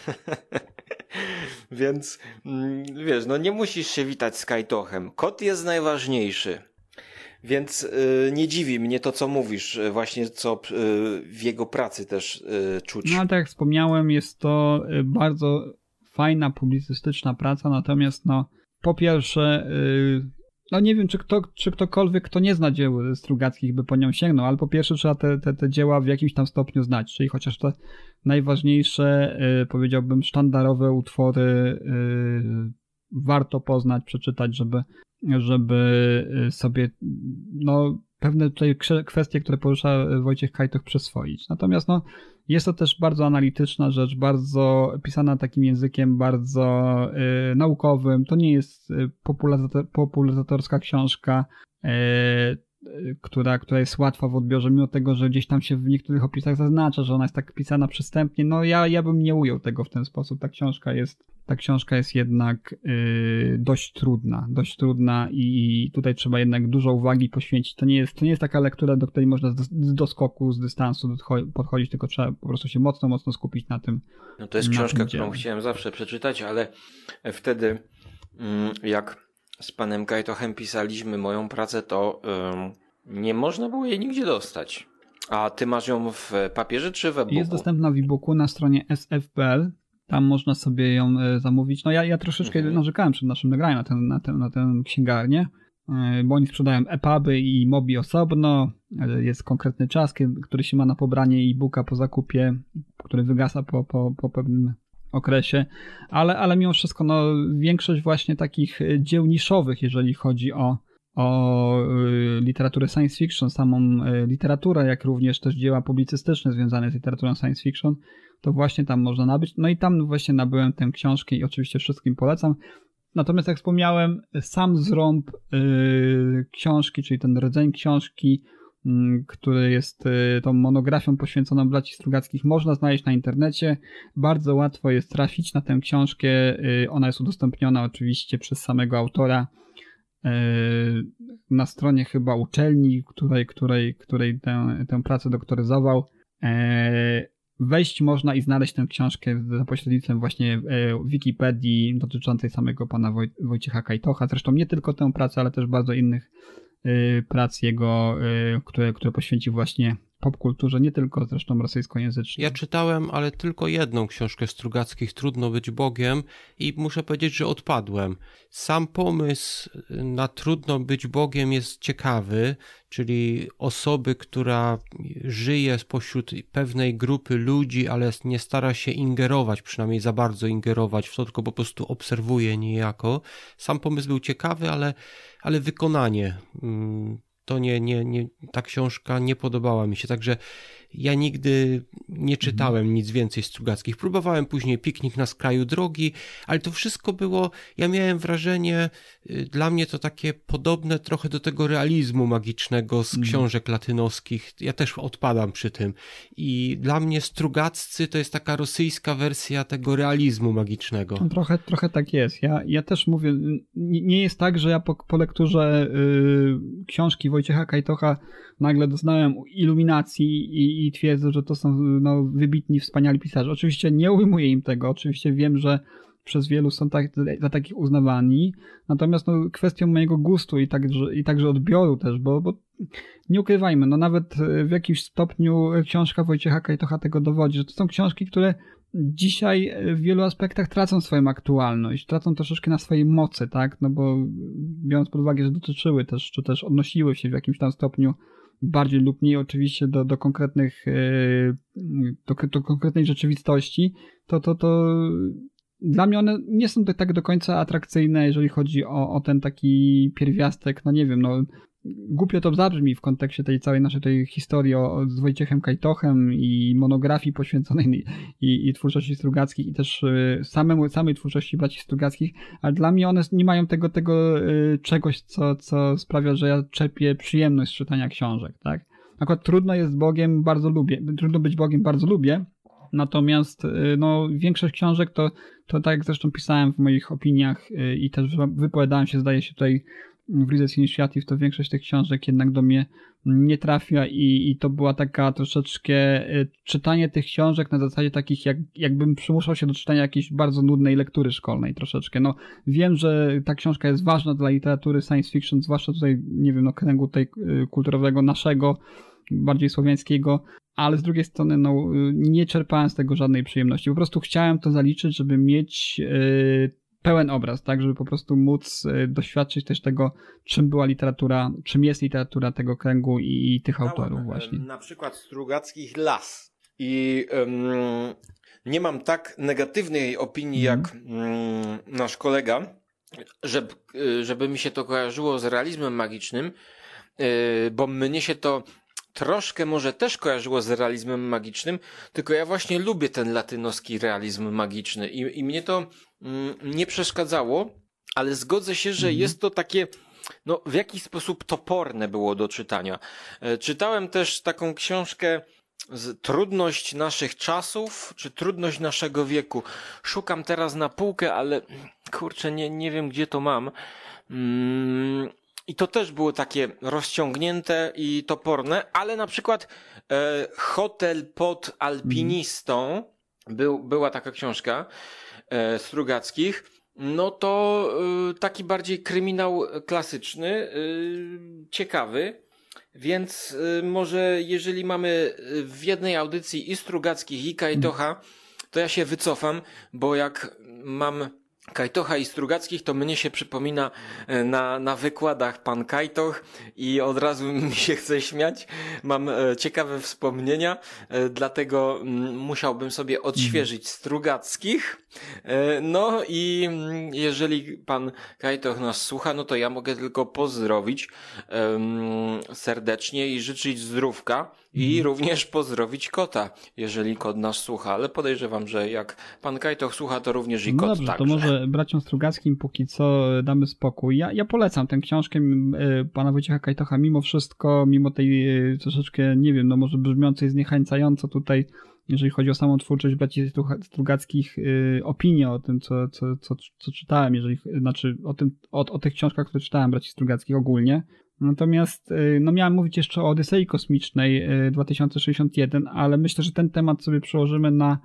[SPEAKER 6] Więc, wiesz, no nie musisz się witać z Kajtochem. Kot jest najważniejszy. Więc yy, nie dziwi mnie to, co mówisz, właśnie co yy, w jego pracy też yy, czuć.
[SPEAKER 4] No ale tak jak wspomniałem, jest to bardzo fajna, publicystyczna praca, natomiast no po pierwsze, yy, no nie wiem, czy, kto, czy ktokolwiek, kto nie zna dzieł Strugackich, by po nią sięgnął, ale po pierwsze trzeba te, te, te dzieła w jakimś tam stopniu znać, czyli chociaż te najważniejsze, yy, powiedziałbym, sztandarowe utwory yy, warto poznać, przeczytać, żeby żeby sobie no, pewne tutaj kwestie, które porusza Wojciech Kajtoch, przyswoić. Natomiast no, jest to też bardzo analityczna rzecz, bardzo pisana takim językiem bardzo y, naukowym. To nie jest popularyzator, popularyzatorska książka, y, y, która, która jest łatwa w odbiorze, mimo tego, że gdzieś tam się w niektórych opisach zaznacza, że ona jest tak pisana przystępnie. No ja, ja bym nie ujął tego w ten sposób. Ta książka jest Ta książka jest jednak y, dość trudna, dość trudna i tutaj trzeba jednak dużo uwagi poświęcić. To nie jest, to nie jest taka lektura, do której można z, z doskoku, z dystansu podchodzić, tylko trzeba po prostu się mocno, mocno skupić na tym.
[SPEAKER 6] No to jest książka, którą chciałem zawsze przeczytać, ale wtedy jak z panem Kajtochem pisaliśmy moją pracę, to y, nie można było jej nigdzie dostać. A ty masz ją w papierze czy w e-booku?
[SPEAKER 4] Jest dostępna w e-booku na stronie s f p l. Tam można sobie ją y, zamówić. No ja, ja troszeczkę mhm. narzekałem przed naszym nagraniem na tę na ten, na ten księgarnię, y, bo oni sprzedają e-puby i mobi osobno. Y, jest konkretny czas, kiedy, który się ma na pobranie e-booka po zakupie, który wygasa po, po, po pewnym okresie, ale, ale mimo wszystko no, większość właśnie takich dzieł niszowych, jeżeli chodzi o, o y, literaturę science fiction, samą y, literaturę, jak również też dzieła publicystyczne związane z literaturą science fiction, to właśnie tam można nabyć. No i tam właśnie nabyłem tę książkę i oczywiście wszystkim polecam. Natomiast jak wspomniałem, sam zrąb y, książki, czyli ten rdzeń książki, y, który jest y, tą monografią poświęconą braci Strugackich, można znaleźć na internecie. Bardzo łatwo jest trafić na tę książkę. Y, ona jest udostępniona oczywiście przez samego autora y, na stronie chyba uczelni, której, której, której tę, tę pracę doktoryzował. Y, Wejść można i znaleźć tę książkę za pośrednictwem właśnie Wikipedii dotyczącej samego pana Woj- Wojciecha Kajtocha. Zresztą nie tylko tę pracę, ale też bardzo innych y, prac jego, y, które, które poświęcił właśnie popkulturze, nie tylko zresztą rosyjskojęzycznej.
[SPEAKER 5] Ja czytałem, ale tylko jedną książkę Strugackich, Trudno być Bogiem, i muszę powiedzieć, że odpadłem. Sam pomysł na Trudno być Bogiem jest ciekawy, czyli osoby, która żyje spośród pewnej grupy ludzi, ale nie stara się ingerować, przynajmniej za bardzo ingerować w to, tylko po prostu obserwuje niejako. Sam pomysł był ciekawy, ale, ale wykonanie... Hmm, to nie, nie, nie, ta książka nie podobała mi się, także ja nigdy nie czytałem nic więcej Strugackich. Próbowałem później Piknik na skraju drogi, ale to wszystko było, ja miałem wrażenie, dla mnie to takie podobne trochę do tego realizmu magicznego z książek latynoskich. Ja też odpadam przy tym. I dla mnie Strugaccy to jest taka rosyjska wersja tego realizmu magicznego.
[SPEAKER 4] Trochę, trochę tak jest. Ja, ja też mówię, nie jest tak, że ja po, po lekturze y, książki Wojciecha Kajtocha nagle doznałem iluminacji i, i twierdzę, że to są no, wybitni, wspaniali pisarze. Oczywiście nie ujmuję im tego, oczywiście wiem, że przez wielu są tak, za takich uznawani, natomiast no, kwestią mojego gustu i także, i także odbioru też, bo, bo nie ukrywajmy, no nawet w jakimś stopniu książka Wojciecha Kajtocha tego dowodzi, że to są książki, które dzisiaj w wielu aspektach tracą swoją aktualność, tracą troszeczkę na swojej mocy, tak, no bo biorąc pod uwagę, że dotyczyły też, czy też odnosiły się w jakimś tam stopniu bardziej lub mniej oczywiście do, do konkretnych, do, do konkretnej rzeczywistości, to, to, to dla mnie one nie są tak do końca atrakcyjne, jeżeli chodzi o, o ten taki pierwiastek, no nie wiem, no głupio to zabrzmi w kontekście tej całej naszej tej historii o, z Wojciechem Kajtochem i monografii poświęconej i, i twórczości Strugackich i też y, samemu, samej twórczości braci Strugackich, ale dla mnie one nie mają tego, tego y, czegoś, co, co sprawia, że ja czerpię przyjemność z czytania książek, tak? Akurat trudno jest Bogiem, bardzo lubię, trudno być Bogiem, bardzo lubię, natomiast y, no większość książek to, to tak jak zresztą pisałem w moich opiniach y, i też wypowiadałem się, zdaje się tutaj w Readers Initiative, to większość tych książek jednak do mnie nie trafia i, i to była taka troszeczkę y, czytanie tych książek na zasadzie takich, jak, jakbym przymuszał się do czytania jakiejś bardzo nudnej lektury szkolnej troszeczkę. No wiem, że ta książka jest ważna dla literatury science fiction, zwłaszcza tutaj, nie wiem, no kręgu tutaj y, kulturowego naszego, bardziej słowiańskiego, ale z drugiej strony no nie czerpałem z tego żadnej przyjemności. Po prostu chciałem to zaliczyć, żeby mieć y, pełen obraz, tak, żeby po prostu móc doświadczyć też tego, czym była literatura, czym jest literatura tego kręgu i, i tych Dałem, autorów właśnie.
[SPEAKER 6] Na przykład Strugackich Las i um, nie mam tak negatywnej opinii mm. jak um, nasz kolega, żeby, żeby mi się to kojarzyło z realizmem magicznym, yy, bo mnie się to troszkę może też kojarzyło z realizmem magicznym, tylko ja właśnie lubię ten latynoski realizm magiczny i, i mnie to mm, nie przeszkadzało, ale zgodzę się, że mm. jest to takie, no w jakiś sposób toporne było do czytania. E, czytałem też taką książkę z Trudność naszych czasów, czy Trudność naszego wieku. Szukam teraz na półkę, ale kurczę, nie, nie wiem gdzie to mam. Mm, I to też było takie rozciągnięte i toporne, ale na przykład e, Hotel pod Alpinistą, był, była taka książka e, Strugackich, no to e, taki bardziej kryminał klasyczny, e, ciekawy, więc e, może jeżeli mamy w jednej audycji i Strugackich i Kajtocha, to ja się wycofam, bo jak mam Kajtocha i Strugackich, to mnie się przypomina na, na wykładach pan Kajtoch i od razu mi się chce śmiać. Mam e, ciekawe wspomnienia, e, dlatego m, musiałbym sobie odświeżyć Strugackich. E, no i m, jeżeli pan Kajtoch nas słucha, no to ja mogę tylko pozdrowić e, serdecznie i życzyć zdrówka i również pozdrowić kota, jeżeli kot nas słucha, ale podejrzewam, że jak pan Kajtoch słucha, to również i kot
[SPEAKER 4] no dobrze,
[SPEAKER 6] także.
[SPEAKER 4] To może braciom Strugackim póki co damy spokój. Ja, ja polecam tę książkę y, pana Wojciecha Kajtocha mimo wszystko, mimo tej y, troszeczkę, nie wiem, no może brzmiącej zniechęcająco tutaj, jeżeli chodzi o samą twórczość braci Strugackich, y, opinię o tym, co, co, co, co czytałem, jeżeli, znaczy o, tym, o, o tych książkach, które czytałem braci Strugackich ogólnie. Natomiast no miałem mówić jeszcze o Odysei Kosmicznej dwa tysiące sześćdziesiąt jeden, ale myślę, że ten temat sobie przełożymy na,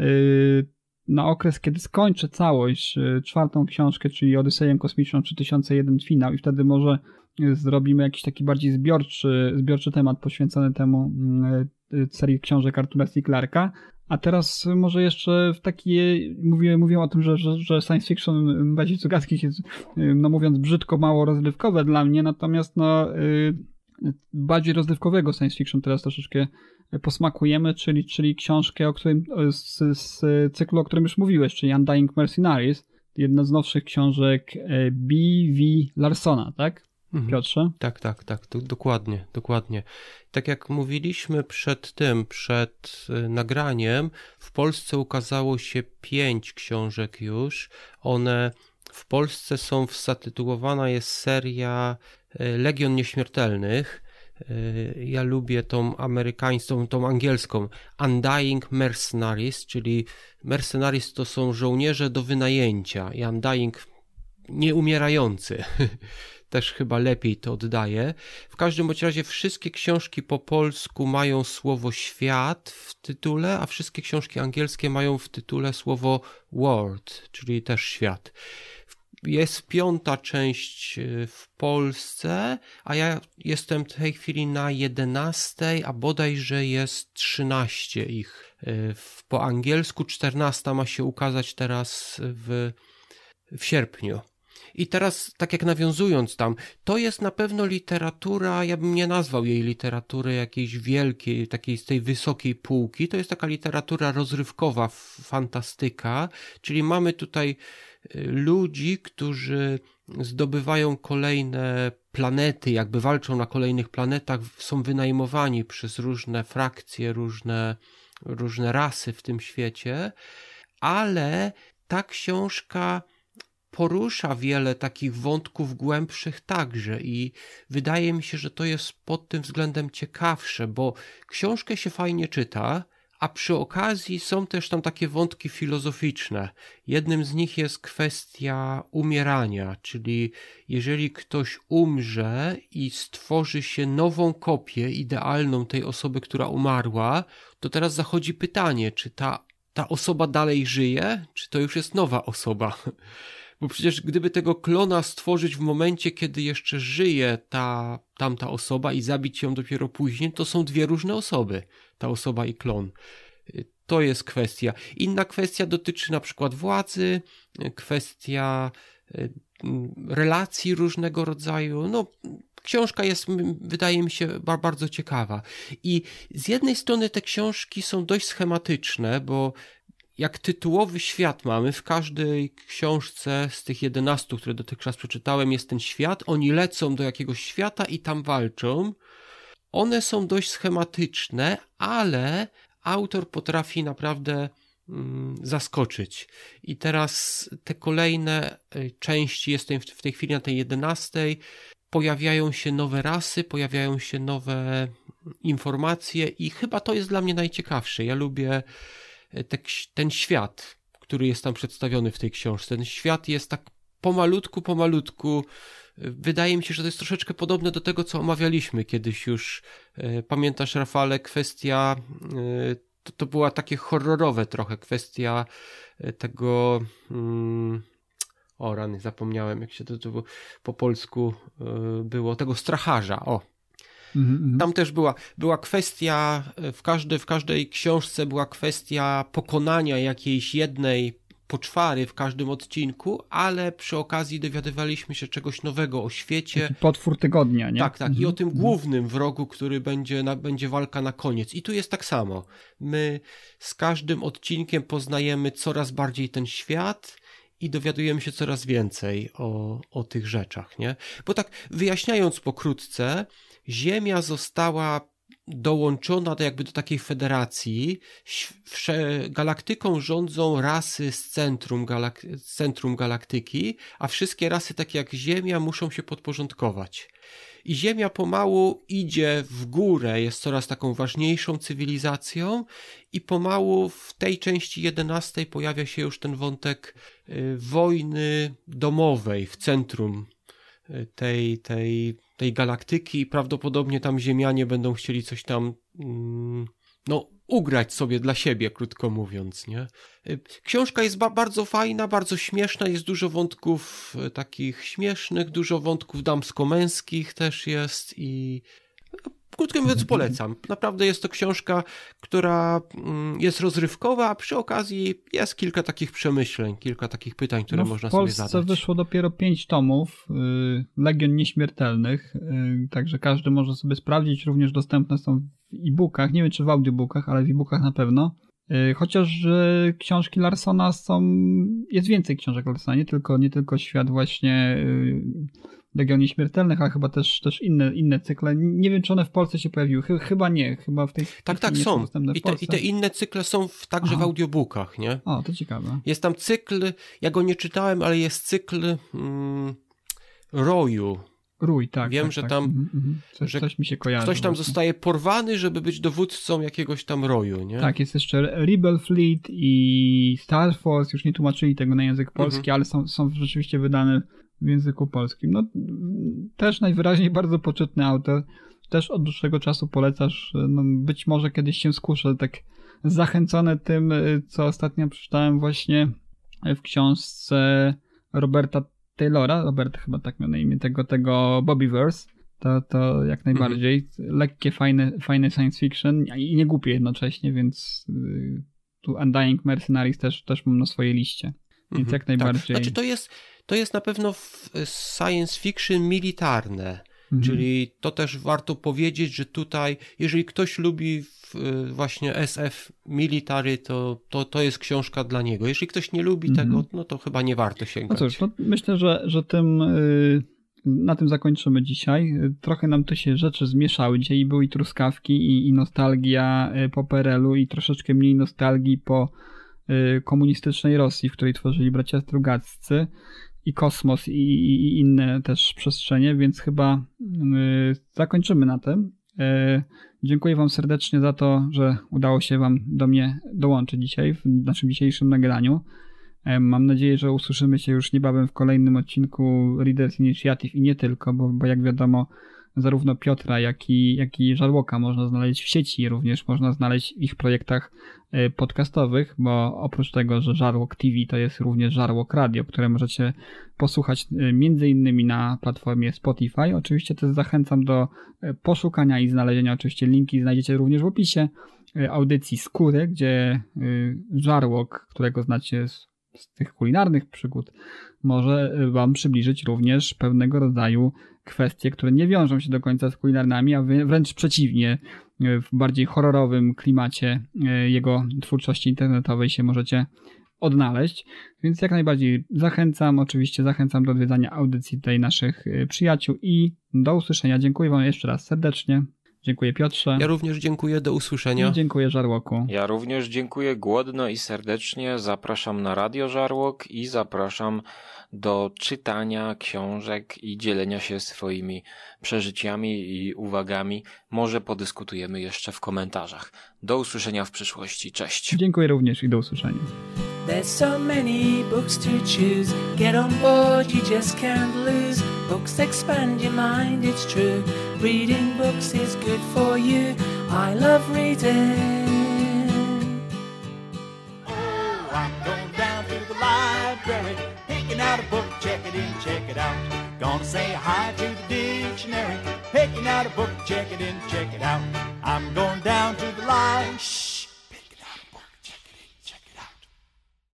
[SPEAKER 4] na okres, kiedy skończę całość, czwartą książkę, czyli Odyseję Kosmiczną trzy tysiące jeden finał i wtedy może zrobimy jakiś taki bardziej zbiorczy, zbiorczy temat poświęcony temu serii książek Artura C. Clarke'a. A teraz może jeszcze w takie, mówię, mówię o tym, że, że, że science fiction braci Strugackich jest, no mówiąc brzydko, mało rozrywkowe dla mnie, natomiast no bardziej rozrywkowego science fiction teraz troszeczkę posmakujemy, czyli, czyli książkę, o którym, z, z cyklu, o którym już mówiłeś, czyli Undying Mercenaries, jedna z nowszych książek B V Larsona, tak? Piotrze?
[SPEAKER 5] Tak, tak, tak, to, dokładnie, dokładnie. Tak jak mówiliśmy przed tym, przed y, nagraniem, w Polsce ukazało się pięć książek już. One w Polsce są, zatytułowana jest seria y, Legion Nieśmiertelnych. Y, ja lubię tą amerykańską, tą angielską Undying Mercenaries, czyli mercenaries to są żołnierze do wynajęcia i Undying nieumierający. Też chyba lepiej to oddaje. W każdym bądź razie wszystkie książki po polsku mają słowo świat w tytule, a wszystkie książki angielskie mają w tytule słowo world, czyli też świat. Jest piąta część w Polsce, a ja jestem w tej chwili na jedenastej, a bodajże jest trzynaście ich. Po angielsku czternasta ma się ukazać teraz w, w sierpniu. I teraz, tak jak nawiązując tam, to jest na pewno literatura, ja bym nie nazwał jej literatury jakiejś wielkiej, takiej z tej wysokiej półki, to jest taka literatura rozrywkowa, fantastyka, czyli mamy tutaj ludzi, którzy zdobywają kolejne planety, jakby walczą na kolejnych planetach, są wynajmowani przez różne frakcje, różne, różne rasy w tym świecie, ale ta książka porusza wiele takich wątków głębszych także i wydaje mi się, że to jest pod tym względem ciekawsze, bo książkę się fajnie czyta, a przy okazji są też tam takie wątki filozoficzne. Jednym z nich jest kwestia umierania, czyli jeżeli ktoś umrze i stworzy się nową kopię idealną tej osoby, która umarła, to teraz zachodzi pytanie, czy ta, ta osoba dalej żyje, czy to już jest nowa osoba? Bo przecież gdyby tego klona stworzyć w momencie, kiedy jeszcze żyje ta tamta osoba i zabić ją dopiero później, to są dwie różne osoby, ta osoba i klon. To jest kwestia. Inna kwestia dotyczy na przykład władzy, kwestia relacji różnego rodzaju. No, książka jest, wydaje mi się, bardzo ciekawa. I z jednej strony te książki są dość schematyczne, bo jak tytułowy świat mamy, w każdej książce z tych jedenastu, które dotychczas przeczytałem, jest ten świat, oni lecą do jakiegoś świata i tam walczą. One są dość schematyczne, ale autor potrafi naprawdę mm, zaskoczyć. I teraz te kolejne części, jestem w tej chwili na tej jedenastej, pojawiają się nowe rasy, pojawiają się nowe informacje i chyba to jest dla mnie najciekawsze. Ja lubię Te, ten świat, który jest tam przedstawiony w tej książce. Ten świat jest tak pomalutku, pomalutku. Wydaje mi się, że to jest troszeczkę podobne do tego, co omawialiśmy kiedyś już. Pamiętasz, Rafale, kwestia, to, to była takie horrorowe trochę, kwestia tego, hmm, o rany, zapomniałem, jak się to, to po polsku było, tego stracharza, o. Tam też była, była kwestia, w, każdy, w każdej książce była kwestia pokonania jakiejś jednej poczwary w każdym odcinku, ale przy okazji dowiadywaliśmy się czegoś nowego o świecie.
[SPEAKER 4] Taki potwór tygodnia, nie?
[SPEAKER 5] Tak, tak. Mhm. I o tym głównym wrogu, który będzie, na, będzie walka na koniec. I tu jest tak samo. My z każdym odcinkiem poznajemy coraz bardziej ten świat i dowiadujemy się coraz więcej o, o tych rzeczach, nie? Bo tak wyjaśniając pokrótce, Ziemia została dołączona do jakby do takiej federacji. Galaktyką rządzą rasy z centrum, galak- z centrum galaktyki, a wszystkie rasy takie jak Ziemia muszą się podporządkować. I Ziemia pomału idzie w górę, jest coraz taką ważniejszą cywilizacją i pomału w tej części jedenastej pojawia się już ten wątek y, wojny domowej w centrum y, tej, tej, tej galaktyki i prawdopodobnie tam Ziemianie będą chcieli coś tam mm, no, ugrać sobie dla siebie, krótko mówiąc, nie? Książka jest ba- bardzo fajna, bardzo śmieszna, jest dużo wątków takich śmiesznych, dużo wątków damsko-męskich też jest i krótko mówiąc polecam. Naprawdę jest to książka, która jest rozrywkowa, a przy okazji jest kilka takich przemyśleń, kilka takich pytań, które no, można sobie zadać. W Polsce
[SPEAKER 4] wyszło dopiero pięć tomów, Legion Nieśmiertelnych, także każdy może sobie sprawdzić, również dostępne są w e-bookach, nie wiem czy w audiobookach, ale w e-bookach na pewno. Chociaż książki Larsona są, jest więcej książek Larsona, nie tylko, nie tylko świat właśnie Legion Nieśmiertelnych, a chyba też, też inne, inne cykle. Nie wiem, czy one w Polsce się pojawiły. Ch- chyba nie, chyba w tej
[SPEAKER 5] Tak, tak,
[SPEAKER 4] nie
[SPEAKER 5] są.
[SPEAKER 4] dostępne w
[SPEAKER 5] I te,
[SPEAKER 4] Polsce.
[SPEAKER 5] I te inne cykle są w, także
[SPEAKER 4] Aha.
[SPEAKER 5] w audiobookach, nie?
[SPEAKER 4] O, to ciekawe.
[SPEAKER 5] Jest tam cykl, ja go nie czytałem, ale jest cykl mm, Roju.
[SPEAKER 4] Rój, tak.
[SPEAKER 5] Wiem,
[SPEAKER 4] tak,
[SPEAKER 5] że
[SPEAKER 4] tak.
[SPEAKER 5] tam-
[SPEAKER 4] Mhm, mhm. Coś,
[SPEAKER 5] że
[SPEAKER 4] coś mi się kojarzy.
[SPEAKER 5] Ktoś tam
[SPEAKER 4] właśnie.
[SPEAKER 5] zostaje porwany, żeby być dowódcą jakiegoś tam roju, nie?
[SPEAKER 4] Tak, jest jeszcze Rebel Fleet i Star Force, już nie tłumaczyli tego na język polski,
[SPEAKER 5] Mhm.
[SPEAKER 4] ale są, są rzeczywiście wydane w języku polskim. No, też najwyraźniej bardzo poczytny autor, też od dłuższego czasu polecasz, no, być może kiedyś się skuszę, tak zachęcony tym, co ostatnio przeczytałem właśnie w książce Roberta Taylora, Robert chyba tak miał na imię, tego, tego Bobbyverse, to, to jak najbardziej. Lekkie, fajne, fajne science fiction i nie głupie jednocześnie, więc y, tu Undying Mercenaries też, też mam na swojej liście. Więc
[SPEAKER 5] Mhm,
[SPEAKER 4] jak najbardziej.
[SPEAKER 5] Tak. Znaczy to jest, to jest na pewno w- science fiction militarne,
[SPEAKER 4] Mhm.
[SPEAKER 5] czyli to też warto powiedzieć, że tutaj, jeżeli ktoś lubi w, y, właśnie S F military, to, to to jest książka dla niego. Jeżeli ktoś nie lubi
[SPEAKER 4] Mhm.
[SPEAKER 5] tego, no to chyba nie warto
[SPEAKER 4] No
[SPEAKER 5] sięgać.
[SPEAKER 4] cóż, no myślę, że, że tym y, na tym zakończymy dzisiaj. Y, Trochę nam tu się rzeczy zmieszały. Dzisiaj były i truskawki, i, i nostalgia y, po P R L u, i troszeczkę mniej nostalgii po y, komunistycznej Rosji, w której tworzyli bracia Strugaccy, i kosmos, i, i, i inne też przestrzenie, więc chyba y, zakończymy na tym. Y, dziękuję wam serdecznie za to, że udało się wam do mnie dołączyć dzisiaj, w naszym dzisiejszym nagraniu. Mam nadzieję, że usłyszymy się już niebawem w kolejnym odcinku Readers Initiative i nie tylko, bo, bo jak wiadomo, zarówno Piotra, jak i, jak i Żarłoka można znaleźć w sieci, również można znaleźć w ich projektach e, podcastowych, bo oprócz tego, że Żarłok T V to jest również Żarłok Radio, które możecie posłuchać e, między innymi na platformie Spotify. Oczywiście też zachęcam do e, poszukania i znalezienia, oczywiście linki znajdziecie również w opisie e, audycji Skóry, gdzie e, Żarłok, którego znacie z z tych kulinarnych przygód, może wam przybliżyć również pewnego rodzaju kwestie, które nie wiążą się do końca z kulinarnami, a wręcz przeciwnie, w bardziej horrorowym klimacie jego twórczości internetowej się możecie odnaleźć, więc jak najbardziej zachęcam, oczywiście zachęcam do odwiedzania audycji tutaj naszych przyjaciół i do usłyszenia. Dziękuję wam jeszcze raz serdecznie. Dziękuję Piotrze.
[SPEAKER 5] Ja również dziękuję, do usłyszenia.
[SPEAKER 4] I dziękuję Żarłoku.
[SPEAKER 6] Ja również dziękuję głodno i serdecznie. Zapraszam na Radio Żarłok i zapraszam do czytania książek i dzielenia się swoimi przeżyciami i uwagami. Może podyskutujemy jeszcze w komentarzach. Do usłyszenia w przyszłości. Cześć.
[SPEAKER 4] Dziękuję również i do usłyszenia.
[SPEAKER 7] There's so many books to choose. Get on board, you just can't lose. Books expand your mind, it's true. Reading books is good for you. I love reading.
[SPEAKER 8] Oh, I'm going down to the library, picking out a book, check it in, check it out. Gonna say hi to the dictionary, picking out a book, check it in, check it out. I'm going down to the library.